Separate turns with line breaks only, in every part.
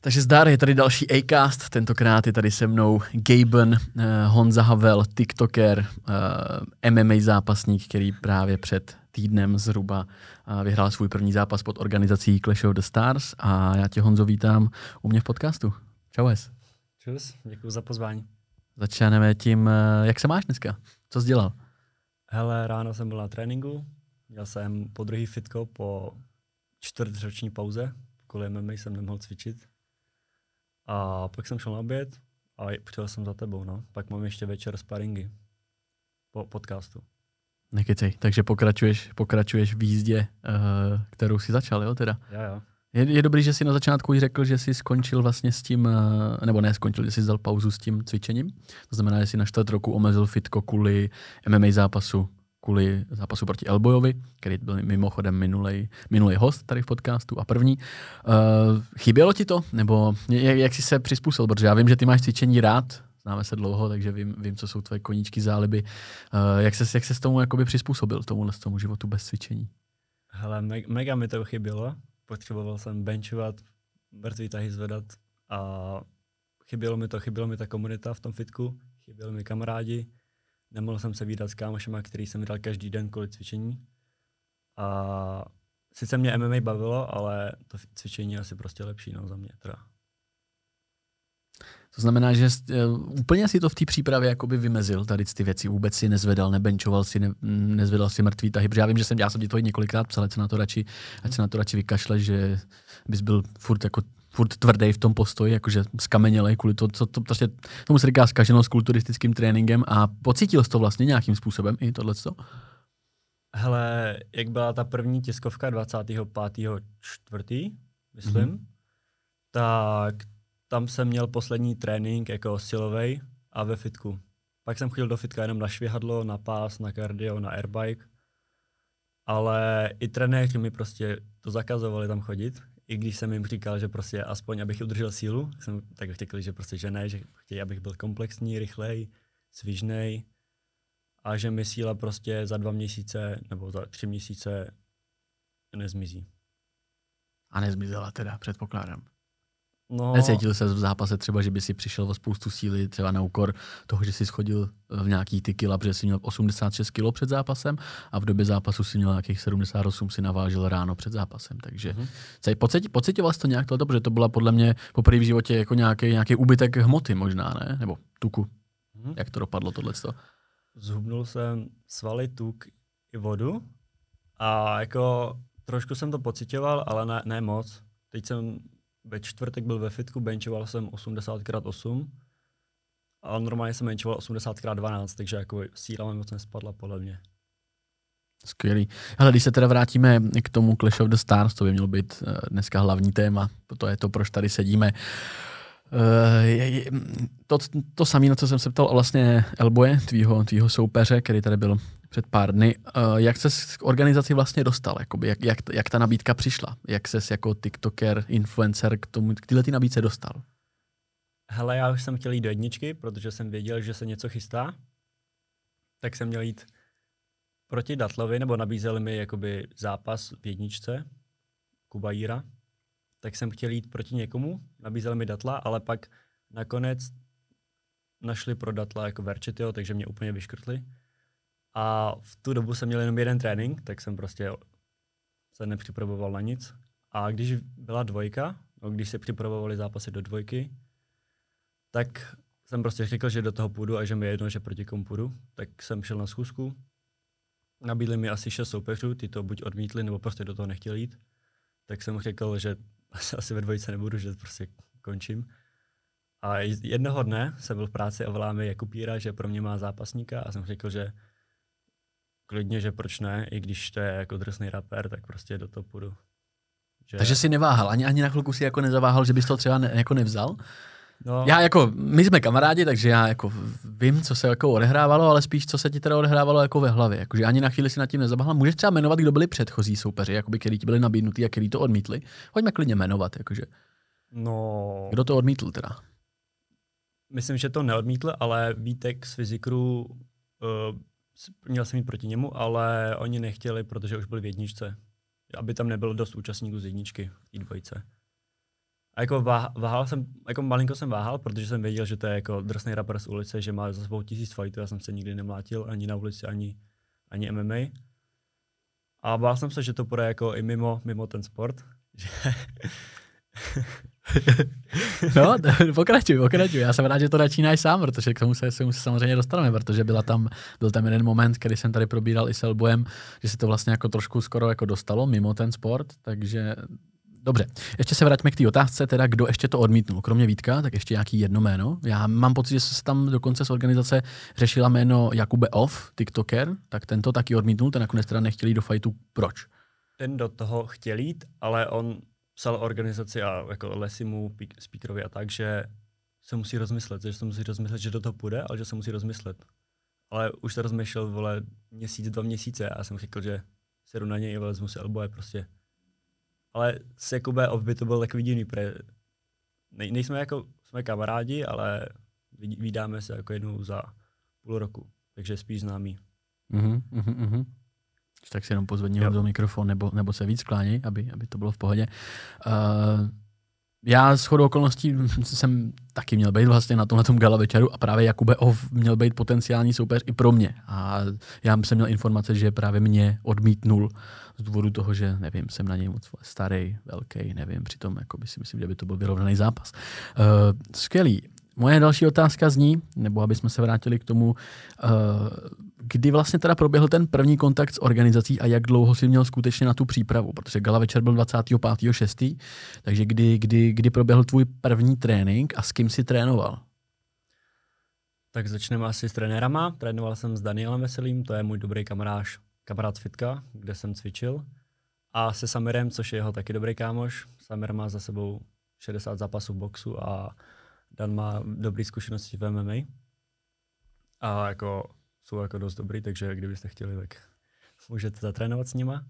Takže zdar, je tady další Acast, tentokrát je tady se mnou Gaben, Honza Havel, TikToker, MMA zápasník, který právě před týdnem zhruba vyhrál svůj první zápas pod organizací Clash of the Stars a já tě, Honzo, vítám u mě v podcastu. Čau, Hes.
Čus, děkuji za pozvání.
Začneme tím, jak se máš dneska? Co jsi dělal?
Hele, ráno jsem byl na tréninku, měl jsem podruhý fitko po 4roční pauze, kvůli MMA jsem nemohl cvičit. A pak jsem šel na oběd a přijel jsem za tebou, no. Pak mám ještě večer sparingy po podcastu.
Nekecej, takže pokračuješ v jízdě, kterou jsi začal, jo, teda?
Jo.
Je dobrý, že jsi na začátku řekl, že jsi skončil vlastně s tím, nebo ne skončil, že jsi dal pauzu s tím cvičením. To znamená, že jsi na 4 roku omezil fitko kvůli MMA zápasu, kvůli zápasu proti Elbojovi, který byl mimochodem minulý host tady v podcastu a první. Chybělo ti to? Nebo jak jsi se přizpůsobil? Protože já vím, že ty máš cvičení rád, známe se dlouho, takže vím, co jsou tvoje koníčky, záliby. Jak se s tomu jakoby přizpůsobil, tomu životu bez cvičení?
Hele, mega mi to chybělo. Potřeboval jsem benchovat, mrtvý tahy zvedat a chybělo mi ta komunita v tom fitku, chyběli mi kamarádi, nemohl jsem se vídat s kámošema, který jsem vydal každý den kvůli cvičení. A sice mě MMA bavilo, ale to cvičení je asi prostě lepší, no, za mě teda.
To znamená, že úplně si to v té přípravě jakoby vymezil, tady ty věci, vůbec si nezvedal, nebenčoval si, nezvedal si mrtvý tahy, protože já vím, že já jsem ti to několikrát psal, ať se na to radši vykašleš, že bys byl furt tvrdý v tom postoji, jakože skamenělej kvůli prostě tomu se říká zkaženost kulturistickým tréninkem a pocítil jsi to vlastně nějakým způsobem i tohleto?
Hele, jak byla ta první tiskovka 25.4., myslím, tak tam jsem měl poslední trénink jako silovej a ve fitku. Pak jsem chodil do fitka jenom na švihadlo, na pás, na kardio, na airbike. Ale i trenéři mi prostě to zakazovali tam chodit. I když jsem jim říkal, že prostě aspoň abych udržel sílu, tak řekli, že prostě že ne, že chtějí, abych byl komplexní, rychlej, svižnej a že mi síla prostě za 2 měsíce nebo za 3 měsíce nezmizí. A
nezmizela teda, předpokládám.
No,
necítil se v zápase třeba, že by si přišel o spoustu síly, třeba na úkor toho, že jsi schodil v nějaký ty kila, protože jsi měl 86 kilo před zápasem a v době zápasu si měl nějakých 78, si navážil ráno před zápasem. Takže pocitoval jsi to nějak tohleto, protože to byla podle mě poprvé v životě jako nějaký úbytek hmoty možná, ne? Nebo tuku. Jak to dopadlo tohleto?
Zhubnul jsem svaly, tuk i vodu a jako trošku jsem to pocitoval, ale ne moc. Teď jsem ve čtvrtek byl ve fitku, benchoval jsem 80x8 a normálně jsem benchoval 80x12, takže jako síla mi moc nespadla podle mě.
Skvělý. Hele, když se teda vrátíme k tomu Clash of the Stars, to by mělo být dneska hlavní téma, to je to, proč tady sedíme. To samé, na co jsem se ptal vlastně Elboje, tvýho soupeře, který tady byl před pár dny. Jak ses k organizaci vlastně dostal? Jakoby, jak ta nabídka přišla? Jak ses jako TikToker, influencer k této nabídce dostal?
Hele, já už jsem chtěl jít do jedničky, protože jsem věděl, že se něco chystá. Tak jsem měl jít proti Datlovi, nebo nabízeli mi jakoby zápas v jedničce, Kuba Jíra. Tak jsem chtěl jít proti někomu, nabízeli mi Datla, ale pak nakonec našli pro Datla jako Verčetyho, takže mě úplně vyškrtli. A v tu dobu jsem měl jenom jeden trénink, tak jsem prostě se nepřipravoval na nic. A když byla dvojka, když se připravovali zápasy do dvojky, tak jsem prostě řekl, že do toho půjdu a že mi je jedno, že proti komu půjdu. Tak jsem šel na schůzku, nabídli mi asi 6 soupeřů, ty to buď odmítli, nebo prostě do toho nechtěli jít. Tak jsem řekl, že asi ve dvojice nebudu, že prostě končím. A jednoho dne jsem byl v práci a volá mi Jakub Jíra, že pro mě má zápasníka a jsem řekl, že klidně, že proč ne, i když to je jako drsný rapper, tak prostě do toho půjdu.
Takže jsi neváhal, ani na chvilku si jako nezaváhal, že bys to třeba jako nevzal?
No.
My jsme kamarádi, takže já jako vím, co se jako odehrávalo, ale spíš, co se ti teda odehrávalo jako ve hlavě. Jakože ani na chvíli si nad tím nezaváhal. Můžeš třeba jmenovat, kdo byli předchozí soupeři, jakoby, který ti byli nabídnutí a který to odmítli? Pojďme klidně jmenovat, jakože.
No.
Kdo to odmítl teda?
Myslím, že to neodmítl, ale Vítek z Fyzikru měl jsem jít proti němu, ale oni nechtěli, protože už byli v jedničce. Aby tam nebylo dost účastníků z jedničky v té dvojce. A jako váhal jsem, jako malinko jsem váhal, protože jsem věděl, že to je jako drsný rapper z ulice, že má za sebou 1000 fightů, já jsem se nikdy nemlátil ani na ulici, ani MMA. A bál jsem se, že to půjde jako i mimo ten sport.
No, pokračuj. Já jsem rád, že to začínáš sám, protože k tomu se samozřejmě dostaneme, protože byl tam jeden moment, který jsem tady probíral i s Elbojem, že se to vlastně jako trošku skoro jako dostalo mimo ten sport, takže dobře. Ještě se vraťme k té otázce, teda kdo ještě to odmítnul. Kromě Vítka, tak ještě nějaký jedno jméno. Já mám pocit, že se tam dokonce z organizace řešila jméno Jakube Off, TikToker, tak tento taky odmítnul, ten nakonec teda nechtěl jít do fightu. Proč?
Ten do toho chtěl jít, ale on psal organizaci a jako Lesimu, speakerovi a tak, že se musí rozmyslet, že do toho půjde, ale že se musí rozmyslet. Ale už to rozmýšlel, vole, 2 měsíce a já jsem řekl, že se jdu na něj a vezmu si Elboje prostě. Ale s Jakube Off by to byl takový divný, nejsme jako, jsme kamarádi, ale vídáme se jako jednou za půl roku, takže spíš známý.
Tak si jenom pozvedni do mikrofon, nebo se víc skláněj, aby to bylo v pohodě. Já shodou okolností jsem taky měl být vlastně na tomhletom gala večeru a právě Jakube Off měl být potenciální soupeř i pro mě. A já jsem měl informace, že právě mě odmítnul z důvodu toho, že nevím, jsem na něj moc starý, velký, nevím, přitom jakoby si myslím, že by to byl vyrovnaný zápas. Skvělý. Moje další otázka zní, nebo aby jsme se vrátili k tomu, kdy vlastně teda proběhl ten první kontakt s organizací a jak dlouho jsi měl skutečně na tu přípravu, protože gala večer byl 25.6., takže kdy proběhl tvůj první trénink a s kým jsi trénoval?
Tak začneme asi s trenérama. Trénoval jsem s Danielem Veselým, to je můj dobrý kamarád z fitka, kde jsem cvičil. A se Samirem, což je jeho taky dobrý kámoš. Samir má za sebou 60 zápasů v boxu a Dan má dobré zkušenosti v MMA. A jako jsou jako dost dobrý, takže kdybyste chtěli, tak můžete zatrénovat s nima.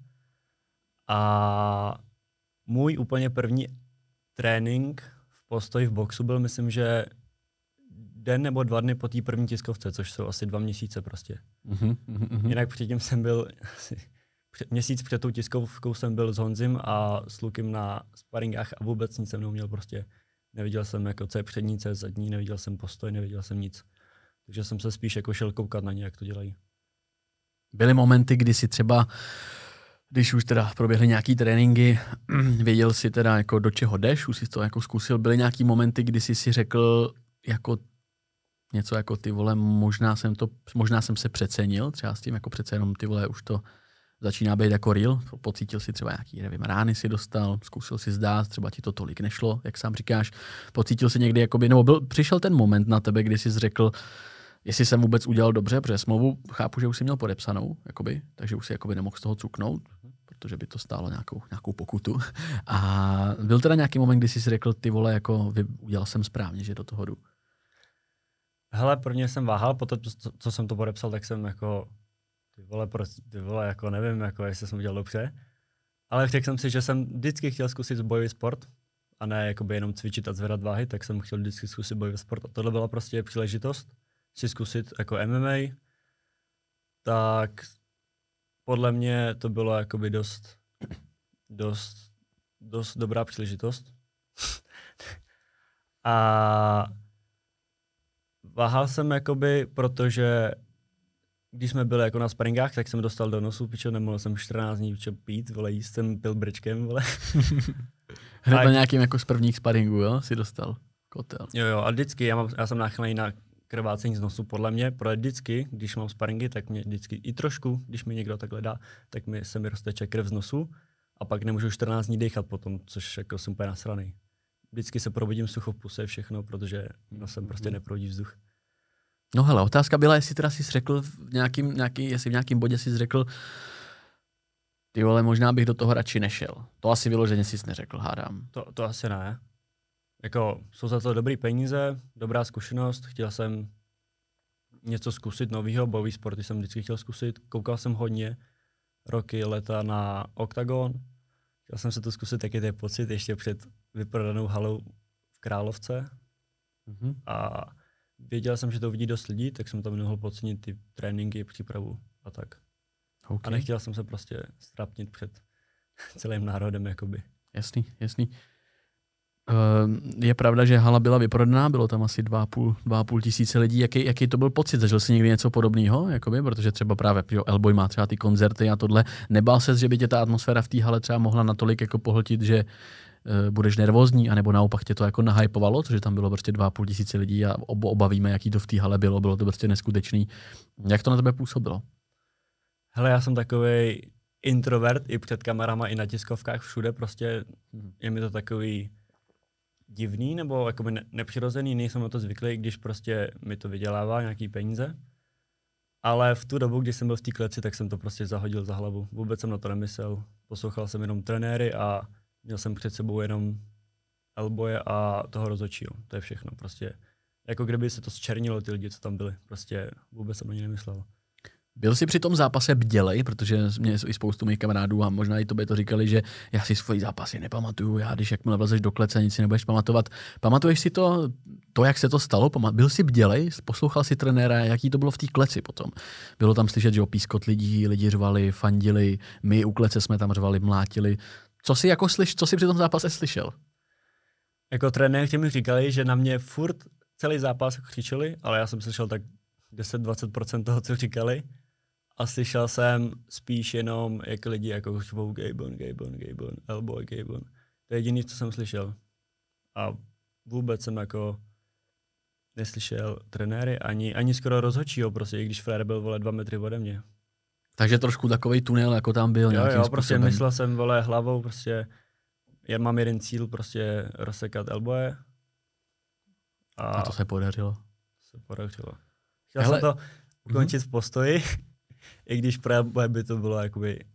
A můj úplně první trénink v postoji v boxu byl, myslím, že den nebo 2 dny po té první tiskovce, což jsou asi 2 měsíce prostě. Jinak předtím jsem byl, měsíc před tou tiskovkou jsem byl s Honzim a s Lukem na sparingách a vůbec nic jsem neuměl prostě. Neviděl jsem, jako, co je přední, co je zadní, neviděl jsem postoj, neviděl jsem nic. Takže jsem se spíš jako šel koukat na ně, jak to dělají.
Byly momenty, kdy si třeba, když už teda proběhly nějaký tréninky, věděl si teda, jako do čeho jdeš, už jsi to jako zkusil, byly nějaký momenty, kdy jsi si řekl jako něco jako ty vole, možná jsem se přecenil, třeba s tím jako přece jenom ty vole, už to začíná být jako real, pocítil si třeba nějaký, nevím, rány si dostal, zkusil si zdát, třeba ti to tolik nešlo, jak sám říkáš, pocítil si někdy, jakoby, nebo přišel ten moment na tebe, kdy jsi řekl, jestli jsem vůbec udělal dobře, protože smlouvu chápu, že už jsi měl podepsanou, jakoby, takže už si jakoby nemohl z toho cuknout, protože by to stálo nějakou pokutu. A byl teda nějaký moment, kdy jsi si řekl, ty vole, jako udělal jsem správně, že do toho jdu?
Hele, prvně jsem váhal, potom, co jsem to podepsal, tak jsem jako ty vole, jako nevím, jako jestli jsem udělal dobře. Ale řekl jsem si, že jsem vždycky chtěl zkusit bojový sport a ne jakoby jenom cvičit a zvedat váhy, tak jsem chtěl vždycky zkusit bojový sport. A tohle byla prostě příležitost si zkusit jako MMA. Tak podle mě to bylo jakoby dost dobrá příležitost. A váhal jsem jakoby, protože když jsme byli jako na sparingách, tak jsem dostal do nosu, pičo, nemohl jsem 14 dní pít, vole, jíst jsem pil brečkem, vole.
Hned na nějakým jako z prvních sparingů, jo, si dostal kotel.
Jo, a vždycky, já jsem náchylný na krvácení z nosu, podle mě, protože vždycky, když mám sparingy, tak mě vždycky i trošku, když mi někdo takhle dá, tak se mi rozteče krev z nosu a pak nemůžu 14 dní dýchat potom, což jako jsem úplně nasranej. Vždycky se probudím sucho v puse, všechno, protože nosem prostě neproudí vzduch.
No hele, otázka byla, jestli teda jsi řekl jestli v nějakém bodě jsi řekl, ty vole, možná bych do toho radši nešel. To asi vyloženě jsi neřekl, hádám.
To asi ne. Jako, jsou za to dobrý peníze, dobrá zkušenost, chtěl jsem něco zkusit novýho, bojový sporty jsem vždycky chtěl zkusit, koukal jsem hodně roky, leta na Octagon, chtěl jsem se to zkusit, taky ten pocit, ještě před vyprodanou halou v Královce. A věděl jsem, že to vidí dost lidí, tak jsem tam nemohl podcenit ty tréninky, přípravu a tak. Okay. A nechtěl jsem se prostě strapnit před celým národem, jakoby.
Jasný. Je pravda, že hala byla vyprodaná, bylo tam asi 2,5 tisíce lidí. Jaký to byl pocit? Zažil jsi někdy něco podobného? Jakoby? Protože třeba právě Elboy má třeba ty koncerty a tohle. Nebál ses, že by tě ta atmosféra v té hale třeba mohla natolik jako pohltit, že budeš nervózní, anebo naopak tě to jako nahypovalo, protože tam bylo prostě 2,5 tisíce lidí a obavíme, jaký to v té hale bylo to prostě neskutečný. Jak to na tebe působilo?
Hele, já jsem takovej introvert i před kamerama, i na tiskovkách, všude prostě je mi to takový divný nebo jakoby nepřirozený, nejsem na to zvyklý, když prostě mi to vydělává nějaký peníze. Ale v tu dobu, kdy jsem byl v té kleci, tak jsem to prostě zahodil za hlavu. Vůbec jsem na to nemyslel. Poslouchal jsem jenom trenéry a měl jsem před sebou jenom Elboje a toho rozhodčího. To je všechno. Prostě jako kdyby se to zčernilo ty lidi, co tam byli. Prostě vůbec jsem na ně nemyslel.
Byl jsi při tom zápase bdělej, protože mě i spoustu mých kamarádů a možná i tobě to říkali, že já si svoji zápasy nepamatuju, já když jakmile vlezeš do klece, nic si nebudeš pamatovat. Pamatuješ si to, jak se to stalo? Byl jsi bdělej, poslouchal si trenéra, jaký to bylo v té kleci potom? Bylo tam slyšet, že pískot lidi řvali, fandili, my u klece jsme tam řvali, mlátili. Co jsi při tom zápase slyšel?
Jako trenéři mi říkali, že na mě furt celý zápas křičeli, ale já jsem slyšel tak 10-20% toho, co říkali. A slyšel jsem spíš jenom, jak lidi jako řvou Gabon, Elboy, Gabon. To je jediné, co jsem slyšel. A vůbec jsem jako neslyšel trenéry, ani skoro rozhodčího, prostě, i když Frér byl 2 metry ode mě.
Takže trošku takovej tunel, jako tam byl nějakým způsobem.
Prostě myslel jsem, hlavou, prostě, já mám jeden cíl, prostě rozsekat Elboje.
A to se podařilo.
Chtěl jsem to ukončit v postoji, i když pro Elboje by to bylo jakoby...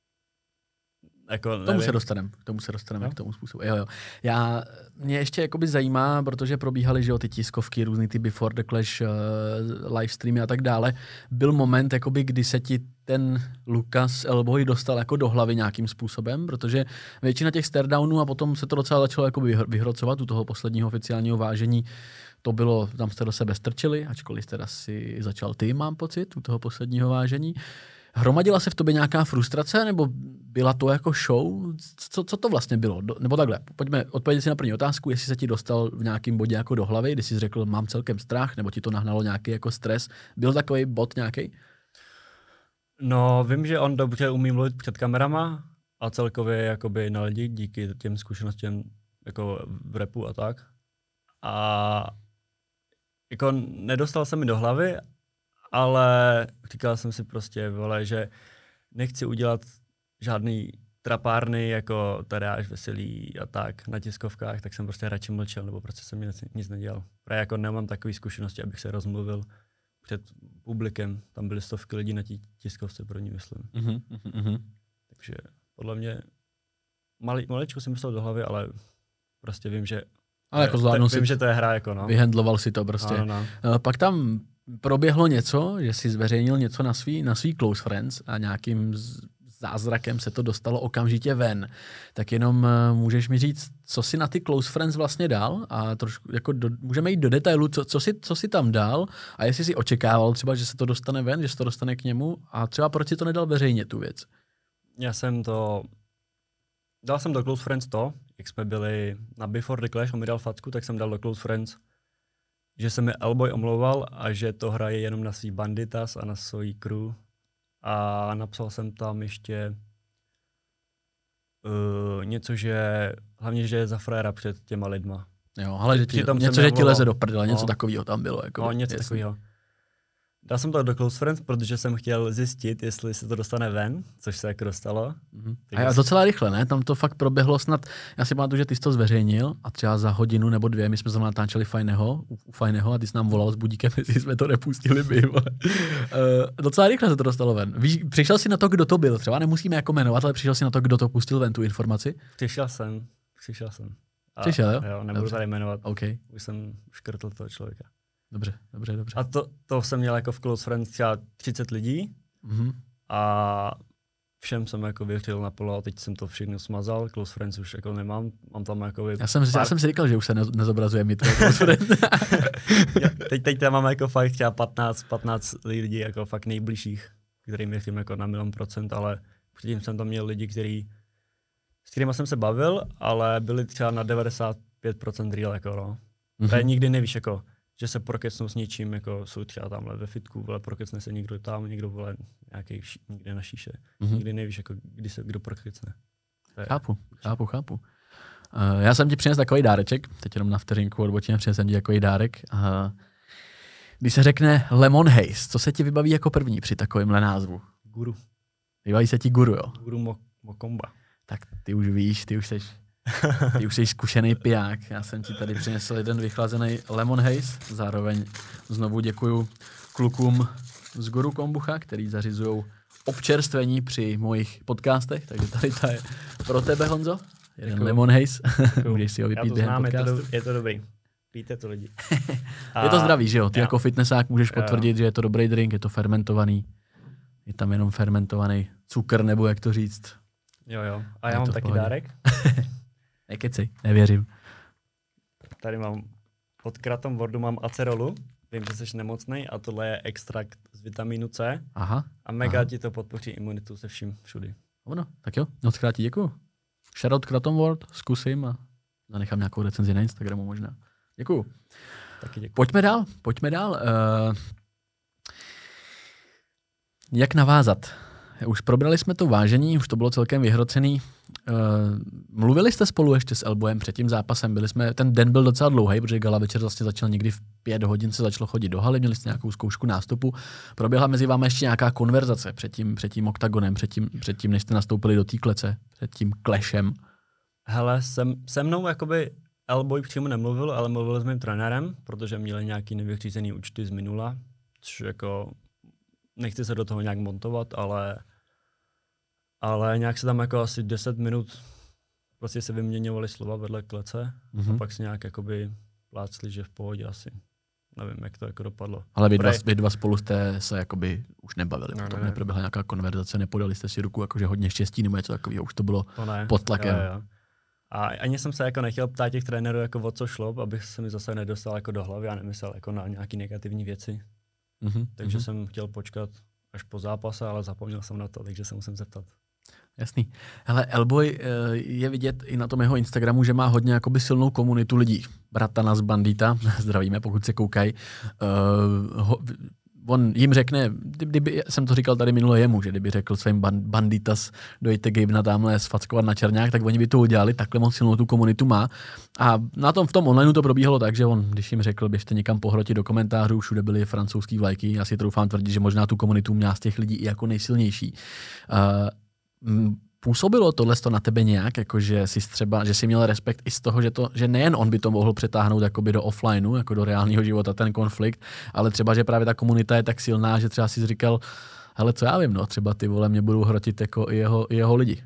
K tomu se dostaneme, k tomu způsobu. Jo. Mě ještě jakoby zajímá, protože probíhaly, že ty tiskovky, různý ty Before the Clash, livestreamy a tak dále. Byl moment, jakoby, kdy se ti ten Lucas Elboy dostal jako do hlavy nějakým způsobem, protože většina těch staredownů a potom se to docela začalo jakoby vyhrocovat u toho posledního oficiálního vážení. To bylo, tam jste do sebe strčili, ačkoliv teda si začal ty, mám pocit, u toho posledního vážení. Hromadila se v tobě nějaká frustrace, nebo byla to jako show? Co to vlastně bylo? Nebo takhle, pojďme odpovědět si na první otázku, jestli se ti dostal v nějakém bodě jako do hlavy, kdy jsi řekl, mám celkem strach, nebo ti to nahnalo nějaký jako stres. Byl takový bod nějaký?
No, vím, že on dobře umí mluvit před kamerama a celkově jakoby na lidi díky těm zkušenostem jako v rapu a tak. A jako nedostal se mi do hlavy, ale říkal jsem si prostě, že nechci udělat žádný trapárny jako Tadeáš Veselý a tak na tiskovkách, tak jsem prostě radši mlčel, nebo prostě jsem nic nedělal. Právě jako nemám takové zkušenosti, abych se rozmluvil před publikem. Tam byly stovky lidí na tiskovce první, myslím. Takže podle mě maličko jsem myslel do hlavy, ale prostě vím, že
ale jako zvládnul
vím, že to je hra, jako no.
Vyhandloval si to prostě.
No.
Pak tam proběhlo něco, že si zveřejnil něco na svý close friends a nějakým zázrakem se to dostalo okamžitě ven. Tak jenom můžeš mi říct, co si na ty close friends vlastně dal a trošku jako můžeme jít do detailu, co si tam dal a jestli si očekával třeba, že se to dostane ven, že se to dostane k němu a třeba proč si to nedal veřejně tu věc.
Dal jsem do close friends to, jak jsme byli na Before the Clash, on mi dal facku, tak jsem dal do close friends, že se mi Elboy omlouval a že to hraje jenom na svý banditas a na svůj crew. A napsal jsem tam ještě něco, že hlavně, že je za fréra před těma lidma.
Jo, ale něco, že ti leze do prdele, něco takového tam bylo. Jako,
no, něco takového. Dal jsem to do close friends, protože jsem chtěl zjistit, jestli se to dostane ven, což se jako dostalo.
A docela rychle, ne? Tam to fakt proběhlo snad, já si pamatuju, že ty jsi to zveřejnil a třeba za hodinu nebo 2 my jsme zrovna natáčeli u Fajného a ty jsi nám volal s budíkem, jestli jsme to nepustili my. Docela rychle se to dostalo ven. Přišel jsi na to, kdo to byl? Třeba nemusíme jako jmenovat, ale přišel jsi na to, kdo to pustil ven, tu informaci?
Přišel jsem.
Přišel, jo?
Jo, nebudu tady jmenovat.
Okay.
Už jsem škrtl toho člověka.
Dobře.
A to jsem měl jako v close friends třeba 30 lidí a všem jsem jako věřil naplno a teď jsem to všechno smazal, close friends už jako nemám, mám tam jako...
Já jsem si říkal, že už se nezobrazuje mi to close friends.
teď tam mám jako fakt třeba 15 lidí jako fakt nejbližších, kterým věřím jako na 1,000%, ale předtím jsem tam měl lidi, s kterými jsem se bavil, ale byli třeba na 90% 5% real, jako no. Mm-hmm. Nikdy nevíš, jako, že se prokecnou s něčím, jako jsou třeba tamhle ve fitku, vole, prokecne se někdo tam, někdo vole nějaký někde na šíše. Mm-hmm. Nikdy nevíš, jako, kdy se kdo prokecne.
Chápu. Já jsem ti přinesl takový dáreček, teď jenom na vteřinku odbočím, přinesl ti takový dárek. Když se řekne Lemon Haze, co se ti vybaví jako první při takovémhle názvu?
Guru.
Vybaví se ti Guru, jo?
Guru Mokomba.
Tak ty už víš, ty už jsi zkušený piják. Já jsem ti tady přinesl jeden vychlazený Lemon Haze. Zároveň znovu děkuju klukům z Guru Kombucha, který zařizují občerstvení při mojich podcastech. Takže tady to je pro tebe, Honzo. Jeden Lemon Haze. Můžeš si ho vypít během podcastu.
Je to dobrý. Pijte to lidi.
Je to zdravý, že jo? Ty jako fitnessák můžeš potvrdit, že je to dobrý drink, je to fermentovaný. Je tam jenom fermentovaný cukr, nebo jak to říct.
Jo. A já mám taky dárek.
Nekecej, nevěřím.
Tady mám pod kratom Wordu mám acerolu. Vím, že jsi nemocnej a tohle je extrakt z vitamínu C.
Aha.
A mega ti to podpoří imunitu se vším všudy.
No, tak jo, moc krát ti děkuju. Shoutout Kratom World, zkusím a zanechám nějakou recenzi na Instagramu možná. Děkuju.
Taky děkuju.
Pojďme dál. Jak navázat? Už probrali jsme to vážení, už to bylo celkem vyhrocený. Mluvili jste spolu ještě s Elbojem před tím zápasem? Ten den byl docela dlouhý, protože gala večer vlastně začal někdy v 5 hodin, se začalo chodit do haly, měli jste nějakou zkoušku nástupu. Proběhla mezi vámi ještě nějaká konverzace před tím oktagonem, před tím, než jste nastoupili do té klece, před tím clashem?
Hele, se mnou jakoby Elboj přímo nemluvil, ale mluvil s mým trenérem, protože měli nějaký nevyřízený účty z minula, což jako nechci se do toho nějak montovat, ale nějak se tam jako asi 10 minut prostě se vyměňovali slova vedle klece a pak se nějak jakoby plácli, že v pohodě asi. Nevím, jak to jako dopadlo.
Ale vy dva spolu jste se jakoby už nebavili, potom neproběhla nějaká konverzace, nepodali jste si ruku, jakože hodně štěstí nebo něco takového, už to bylo pod tlakem.
Jo. A ani jsem se jako nechtěl ptát těch trenérů, jako o co šlo, abych se mi zase nedostal jako do hlavy a nemyslel jako na nějaký negativní věci. Takže jsem chtěl počkat až po zápase, ale zapomněl jsem na to, takže se musím zeptat.
Jasný. Hele, Elboy je vidět i na tom jeho Instagramu, že má hodně jakoby silnou komunitu lidí. Bratana z Bandita, zdravíme, pokud se koukají. On jim řekne, kdyby jsem to říkal tady minule jemu, že kdyby řekl svým banditas, dojďte Gabena tamhle sfackovat na černák, tak oni by to udělali, takhle moc silnou tu komunitu má. A v tom onlineu to probíhalo tak, že on, když jim řekl, běžte někam pohrotit do komentářů, všude byly francouzský vlajky, já si troufám tvrdit, že možná tu komunitu měl z těch lidí i jako nejsilnější. Působilo tohle na tebe nějak, jako že jsi měl respekt i z toho, že nejen on by to mohl přetáhnout jakoby do offlineu, jako do reálného života ten konflikt, ale třeba, že právě ta komunita je tak silná, že třeba si říkal, hele, co já vím, no, třeba ty vole mě budou hrotit jako i jeho lidi.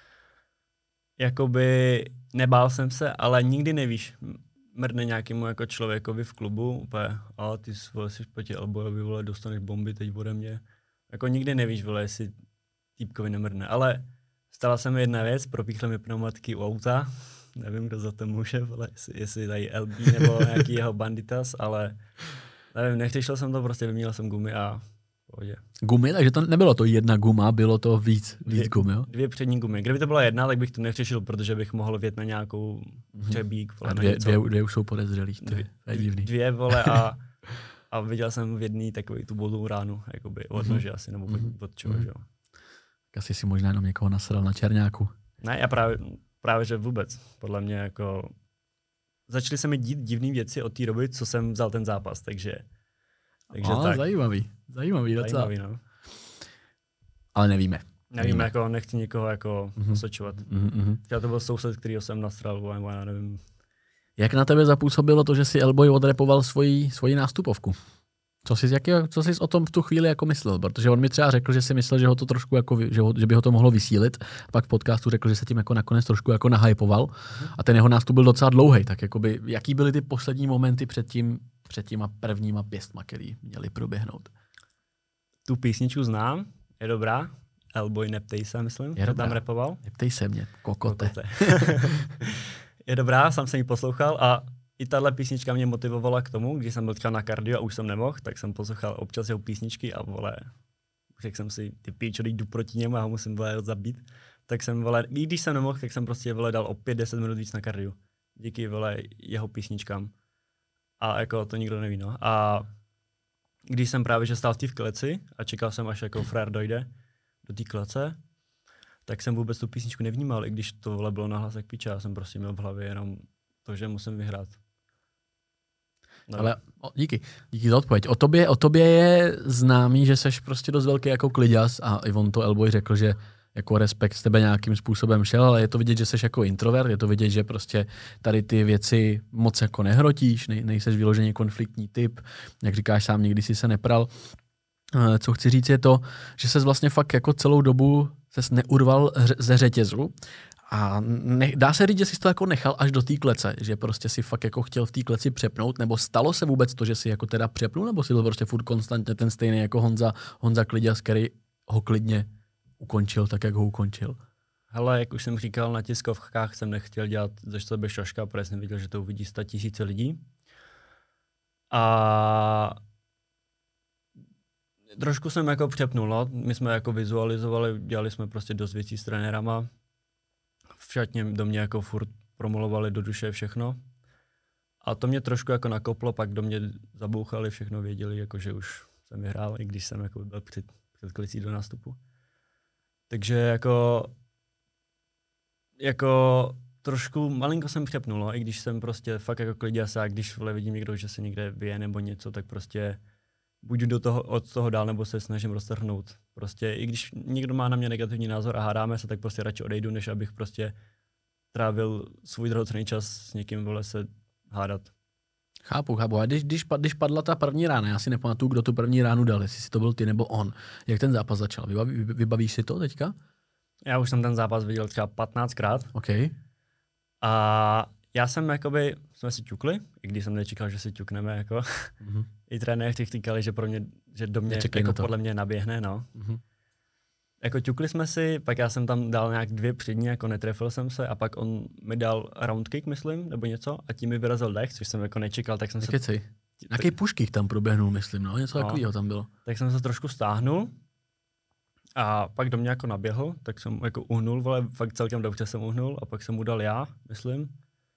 Jakoby nebál jsem se, ale nikdy nevíš, mrdne nějakému jako člověkovi v klubu, úplně, a ty vole, jsi proti Elbojovi, vole, dostaneš bomby teď ode mě. Jako nikdy nevíš, vole, jestli týpkovi nemrdne, ale stala se mi jedna věc, propíchly mi pneumatiky u auta, nevím, kdo za to může, ale jestli tady LB nebo nějaký jeho banditas, ale nevím, nechtěšel jsem to, prostě vyměnil jsem gumy a pohodě.
Gumy? Takže to nebylo to jedna guma, bylo to víc gum, jo?
2 přední gumy. Kdyby to byla jedna, tak bych to nechtěšil, protože bych mohl vjet na nějakou třebík.
A dvě už jsou podezřelých, to je divný.
2 vole a viděl jsem v jedný takový tu bodou ránu, jakoby od nože asi, nebo od čeho, že jo.
Asi si možná jenom někoho nasral na černáku.
Ne, já právě že vůbec. Podle mě jako začaly se mi dít divné věci od té doby, co jsem vzal ten zápas, takže tak.
Zajímavý docela.
No.
Ale nevíme.
Nevíme, jako nechci nikoho jako osočovat. Já to byl soused, kterýho jsem nastral, já nevím.
Jak na tebe zapůsobilo to, že si Elboy odrepoval svoji nástupovku? Co jsi o tom v tu chvíli jako myslel? Protože on mi třeba řekl, že si myslel, že ho to trošku jako, že by ho to mohlo vysílit. A pak v podcastu řekl, že se tím jako nakonec trošku jako nahypoval. A ten jeho nástup byl docela dlouhý. Tak jakoby, jaký byly ty poslední momenty před těma prvníma pěstma, který měli proběhnout?
Tu písničku znám, je dobrá. Elboy neptej se, myslím, že tam rapoval.
Neptej se mě, kokote.
Je dobrá, sám jsem ji poslouchal a i tahle písnička mě motivovala k tomu, když jsem byl třeba na kardio a už jsem nemohl, tak jsem poslouchal občas jeho písničky a vole, řekl jsem si, ty píčo, jdu proti němu a ho musím vole zabít. Tak jsem vole, i když jsem nemohl, tak jsem prostě vole dal o 5-10 minut víc na kardio. díky vole jeho písničkám. A jako to nikdo neví, no. A když jsem právě že stál v té kleci a čekal jsem, až jako frér dojde do té klece, tak jsem vůbec tu písničku nevnímal, i když to vole bylo nahlas jak piča. Já jsem prostě měl v hlavě jenom to, že musím vyhrát.
No. Ale díky za odpověď. O tobě je známý, že seš prostě dost velký jako kliďas a i on to Elboy řekl, že jako respekt z tebe nějakým způsobem šel, ale je to vidět, že seš jako introvert, je to vidět, že prostě tady ty věci moc jako nehrotíš, nejseš vyloženě konfliktní typ, jak říkáš sám, nikdy si se nepral. Co chci říct je to, že ses vlastně fakt jako celou dobu ses neurval ze řetězu a dá se říct, že jsi to jako nechal až do té klece, že prostě si fakt jako chtěl v té kleci přepnout, nebo stalo se vůbec to, že si jako teda přepnul, nebo si byl prostě furt konstantně ten stejný jako Honza Kliďas, který ho klidně ukončil tak, jak ho ukončil?
Hele, jak už jsem říkal, na tiskovkách jsem nechtěl dělat ze sebe šaška, protože jsem viděl, že to uvidí 100 000 lidí. A trošku jsem jako přepnul, no. My jsme jako vizualizovali, dělali jsme prostě dost věcí s trenérama. V šatně do mě jako furt promolovali do duše všechno. A to mě trošku jako nakoplo, pak do mě zabouchali, všechno věděli, jako že už jsem vyhrál, i když jsem jako byl před klicí do nástupu. Takže jako trošku malinko jsem přepnul, no, i když jsem prostě fakt jako kliděs a když vidím někdo, že se někde vyje nebo něco, tak prostě buď od toho dál, nebo se snažím roztrhnout. Prostě i když někdo má na mě negativní názor a hádáme se, tak prostě radši odejdu, než abych prostě trávil svůj drahocenný čas s někým se hádat.
Chápu. A když padla ta první rána, já si nepamatuju, kdo tu první ránu dal, jestli si to byl ty nebo on. Jak ten zápas začal? Vybavíš si to teďka?
Já už jsem ten zápas viděl třeba 15krát.
OK.
A já jsem jsme si ťukli, i když jsem nečekal, že si ťukneme, jako. Mm-hmm. I trenéři říkali, že do mě jako podle mě naběhne, no. Mm-hmm. Jako ťukli jsme si, pak já jsem tam dal nějak 2 přední, jako netrefil jsem se a pak on mi dal round kick, myslím, nebo něco a tím mi vyrazil dech, což jsem jako nečekal, tak jsem se...
Nějaký puškých tam proběhnul, myslím, no, něco takového tam bylo.
Tak jsem se trošku stáhnul a pak do mě jako naběhl, tak jsem jako uhnul, vole, fakt celkem dobře jsem uhnul a pak jsem mu dal já, myslím.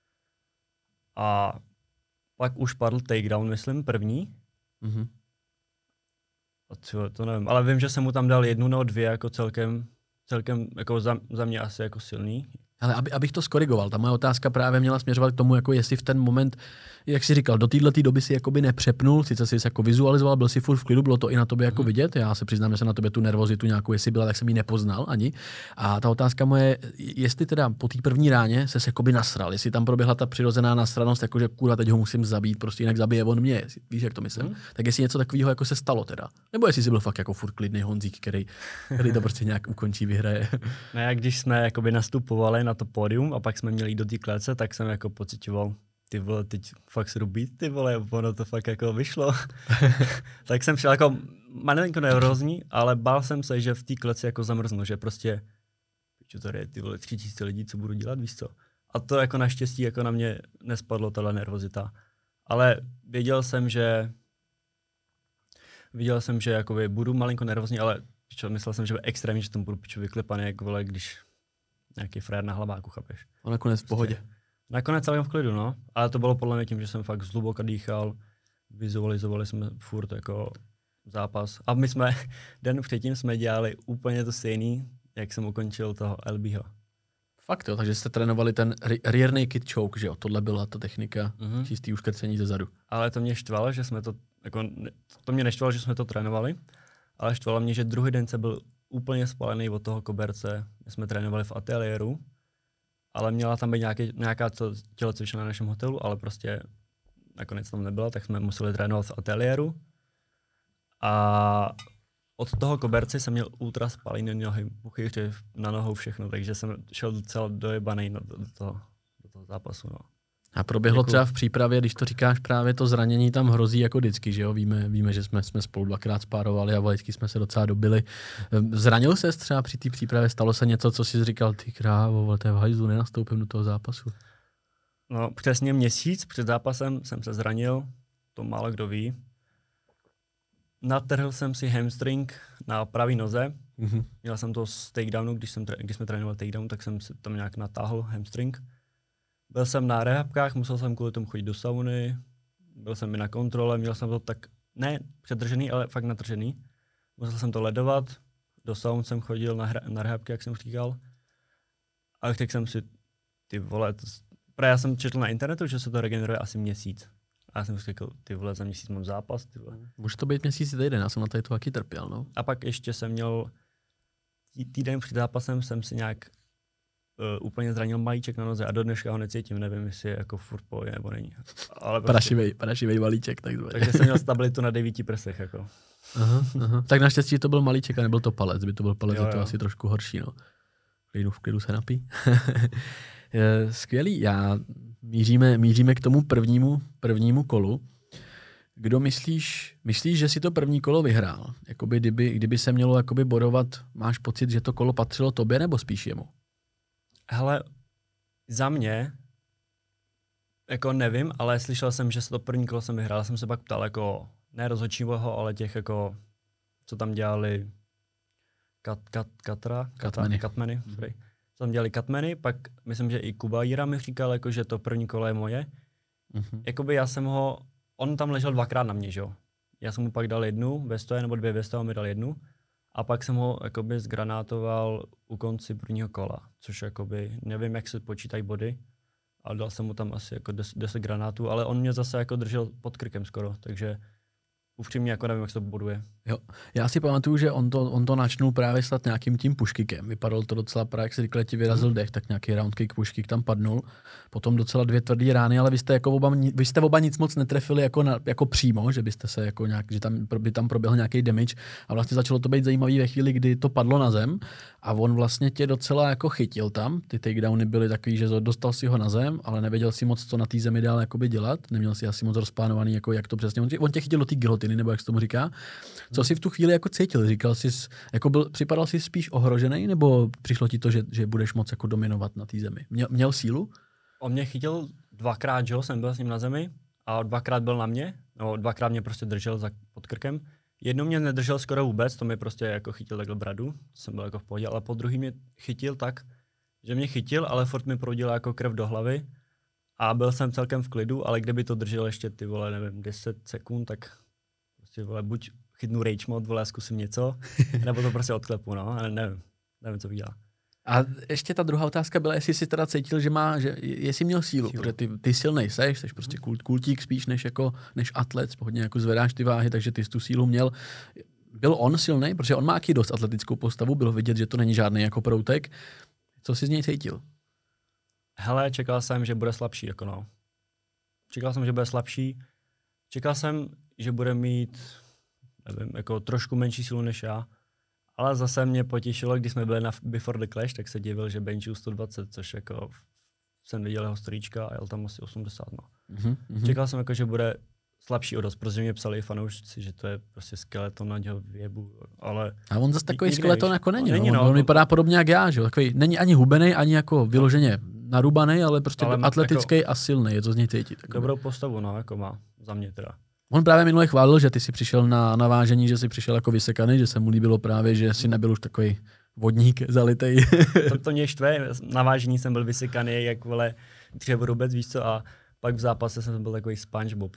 A pak už padl takedown, myslím, první.
Mm-hmm.
A to nevím, ale vím, že jsem mu tam dal 1 nebo 2 jako celkem jako za mě asi jako silný.
Ale abych to skorigoval, ta moje otázka právě měla směřovat k tomu, jako jestli v ten moment, jak jsi říkal, do této doby si jakoby nepřepnul, sice jsi jako vizualizoval, byl si furt v klidu, bylo to i na tobě jako vidět, já se přiznám, že jsem na tobě tu nervozitu nějakou, jestli byla, tak jsem ji nepoznal ani. A ta otázka moje, jestli teda po té první ráně ses jakoby nasral, jestli tam proběhla ta přirozená nasranost, jakože kurva, teď ho musím zabít, prostě jinak zabije on mě, víš, jak to myslím. Tak jestli něco takového jako se stalo teda. Nebo jestli jsi byl fakt jako furt klidný Honzík, který to prostě nějak ukončí, vyhraje.
No jak když jsme jakoby nastupovali na to pódium a pak jsme měli jít do té klece, tak jsem jako pocitoval, ty vole, teď fakt se jdu být, ty vole, ono to fakt jako vyšlo. Tak jsem šel jako malinko nervózní, ale bál jsem se, že v té kleci jako zamrznu, že prostě, čo tady je, ty vole, 3000 lidí, co budu dělat, víš co. A to jako naštěstí jako na mě nespadlo tahle nervozita. Ale věděl jsem, že jakoby budu malinko nervózní, ale myslel jsem, že bude extrémně, že tam budu piču vyklepaný, jak vole, když nějaký frér na hlaváku, chápeš.
A nakonec v pohodě.
Nakonec celkem v klidu, no. Ale to bylo podle mě tím, že jsem fakt zhluboka dýchal, vizualizovali jsme furt jako zápas. A my jsme, den předtím jsme dělali úplně to stejný, jak jsem ukončil toho LBho.
Fakt jo, takže jste trénovali ten rear naked choke, že jo? Tohle byla ta technika čistý uškrcení ze zadu.
Ale to mě štvalo, že jsme to, jako, to mě neštvalo, že jsme to trénovali, ale štvalo mě, že druhý den se byl úplně spalený od toho koberce. My jsme trénovali v ateliéru, ale měla tam být nějaká tělocvična na našem hotelu, ale prostě nakonec tam nebyla, tak jsme museli trénovat v ateliéru. A od toho koberce jsem měl ultra spalený nohy, puchyře na nohou, všechno, takže jsem šel docela dojebaný do toho zápasu. No.
A proběhlo třeba v přípravě, když to říkáš, právě to zranění tam hrozí jako vždycky, že jo? Víme, že jsme spolu 2krát spárovali a vždycky jsme se docela dobili. Zranil ses třeba při té přípravě? Stalo se něco, co jsi říkal, ty krávo, to je v hajzlu, nenastoupím do toho zápasu?
No přesně měsíc před zápasem jsem se zranil, to málo kdo ví. Natrhl jsem si hamstring na pravý noze. Mm-hmm. Měl jsem to z takedownu, když jsme trénovali takedown, tak jsem si tam nějak natáhl hamstring. Byl jsem na rehabkách, musel jsem kvůli tomu chodit do sauny, byl jsem i na kontrole, měl jsem to tak, ne předržený, ale fakt natržený. Musel jsem to ledovat, do saun jsem chodil na rehabky, jak jsem říkal. A teď jsem si, ty vole, já jsem četl na internetu, že se to regeneruje asi měsíc. A já jsem si řekl, ty vole, za měsíc mám zápas, ty vole.
Může to být měsíc týden, já jsem na tady to taky trpěl, no.
A pak ještě jsem měl, týden před zápasem jsem si nějak úplně zranil malíček na noze a do dneška ho necítím, nevím, jestli je jako furt pohodě nebo není. Ale prostě,
Parašivej malíček, takzvaně.
Takže jsem měl stabilitu na 9 prsech, jako.
Aha. Tak naštěstí to byl malíček a nebyl to palec, by to byl palec,
Jo,
je to
jo.
asi trošku horší, no. V klidu se napí. Skvělý, míříme k tomu prvnímu kolu. Kdo myslíš, že si to první kolo vyhrál? Jakoby kdyby se mělo jakoby bodovat, máš pocit, že to kolo patřilo tobě nebo spíš jemu?
Hele, za mě, jako nevím, ale slyšel jsem, že se to první kolo jsem vyhrál. Jsem se pak ptal jako, ne rozhodčího, ale těch jako, co tam dělali Katmeny. Co tam dělali Katmeny, pak myslím, že i Kuba Jíra mi říkal, jako, že to první kolo je moje. Jakoby já jsem ho, on tam ležel 2krát na mě, že jo. Já jsem mu pak dal 1 ve stoje, nebo 2 ve stoje, on mi dal 1. A pak jsem ho jakoby zgranátoval u konci prvního kola, což jakoby, nevím, jak se počítají body, ale dal jsem mu tam asi jako 10 granátů, ale on mě zase jako držel pod krkem skoro, takže upřímně jako nevím, jak se to boduje.
Jo. Já si pamatuju, že on to načnul právě snad nějakým tím pushkickem. Vypadalo to docela právě, jak se rychle ti vyrazil dech, tak nějaký roundkick, pushkick tam padnul. Potom docela 2 tvrdý rány, ale vy jste oba nic moc netrefili jako přímo, že byste se jako nějak, že tam by tam proběhl nějaký damage a vlastně začalo to být zajímavý ve chvíli, kdy to padlo na zem a on vlastně tě docela jako chytil tam. Ty takedowny byly takový, že dostal si ho na zem, ale nevěděl si moc, co na té zemi dál jakoby dělat. Neměl si asi moc rozplánovaný, jako jak to přesně. On tě chytil do té gilotiny, nebo jak se tomu říká. Co jsi v tu chvíli jako cítil? Říkal jsi, jako připadal jsi spíš ohrožený, nebo přišlo ti to, že budeš moc jako dominovat na té zemi? Měl sílu?
On mě chytil 2krát, že jo, jsem byl s ním na zemi a 2krát byl na mě, no 2krát mě prostě držel pod krkem. Jednou mě nedržel skoro vůbec, to mi prostě jako chytil takhle bradu, jsem byl jako v pohodě, ale po druhý mě chytil tak, že mě chytil, ale furt mi proudila jako krev do hlavy a byl jsem celkem v klidu, ale kdyby to držel ještě ty vole, nevím, 10 sekund, tak prostě vole, buď chytnu rage mod, vole, zkusím něco, nebo to prostě odklepu, no, ale nevím, co bych dělal.
A ještě ta druhá otázka byla, jestli jsi teda cítil, že jestli měl sílu, protože ty silnej jsi prostě kultík spíš než atlet, hodně jako zvedáš ty váhy, takže ty jsi tu sílu měl. Byl on silnej, protože on má taky dost atletickou postavu, bylo vidět, že to není žádný jako proutek. Co jsi z něj cítil?
Hele, čekal jsem, že bude slabší, jako no. Čekal jsem, že bude slabší. Čekal jsem, že bude mít, nevím, jako trošku menší sílu než já. Ale zase mě potěšilo, když jsme byli na Before the Clash, tak se divil, že benchil 120, což jako jsem viděl jeho storíčka a jel tam asi 80. No. Čekal jsem, jako, že bude slabší o dost, protože mě psali fanoušci, že to je prostě skeleton na něho věbu, ale...
A on zase takový skeleton jako není,
no.
On vypadá podobně jak já, že? Takový, není ani hubenej, ani jako vyloženě narubanej, ale prostě atletický jako, a silný, je to z něj cítit.
Dobrou postavu, no, jako má, za mě teda.
On právě minule chválil, že ty jsi přišel na vážení, že jsi přišel jako vysekaný, že se mu líbilo právě, že jsi nebyl už takový vodník zalitej.
To mě štve, na vážení jsem byl vysekaný, jak vole dřevorubec, víš co, a pak v zápase jsem byl takový SpongeBob.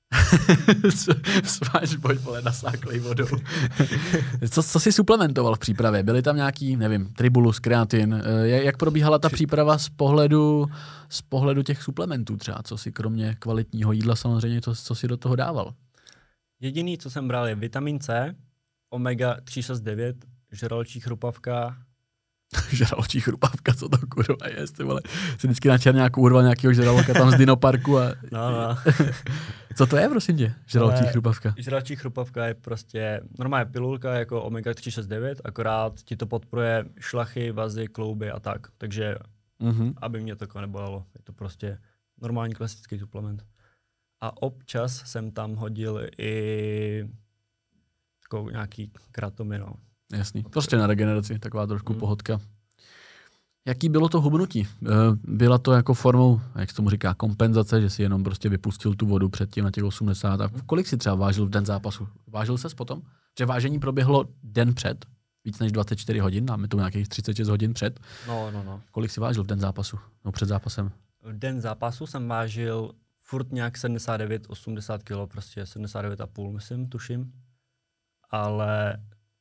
SpongeBob, vole, nasáklej vodou. Co jsi suplementoval v přípravě? Byly tam nějaký, nevím, tribulus, kreatin? Jak probíhala ta příprava z pohledu těch suplementů třeba? Co si kromě kvalitního jídla samozřejmě, co si do toho dával?
Jediný, co jsem bral, je vitamin C, omega 369, žraločí chrupavka.
Žraločí chrupavka, co to kurva je, ty vole. Jsi vždycky na černáku urval nějakýho žraloka tam z dinoparku a...
No.
Co to je, prosím tě, žraločí chrupavka?
Žraločí chrupavka je prostě normálně pilulka jako omega 369, akorát ti to podporuje šlachy, vazy, klouby a tak. Takže aby mě to nebolelo. Je to prostě normální klasický suplement. A občas jsem tam hodil i jako nějaký kratomy, no.
Jasný. Prostě na regeneraci, taková trošku pohodka. Jaký bylo to hubnutí? Byla to jako formou, jak se tomu říká, kompenzace, že si jenom prostě vypustil tu vodu předtím na těch 80. A kolik si třeba vážil v den zápasu? Vážil ses potom? Že vážení proběhlo den před, víc než 24 hodin, máme tu nějakých 36 hodin před.
No.
Kolik si vážil v den zápasu? No před zápasem?
V den zápasu jsem vážil furt nějak 79-80 kg, prostě 79,5 myslím, tuším. Ale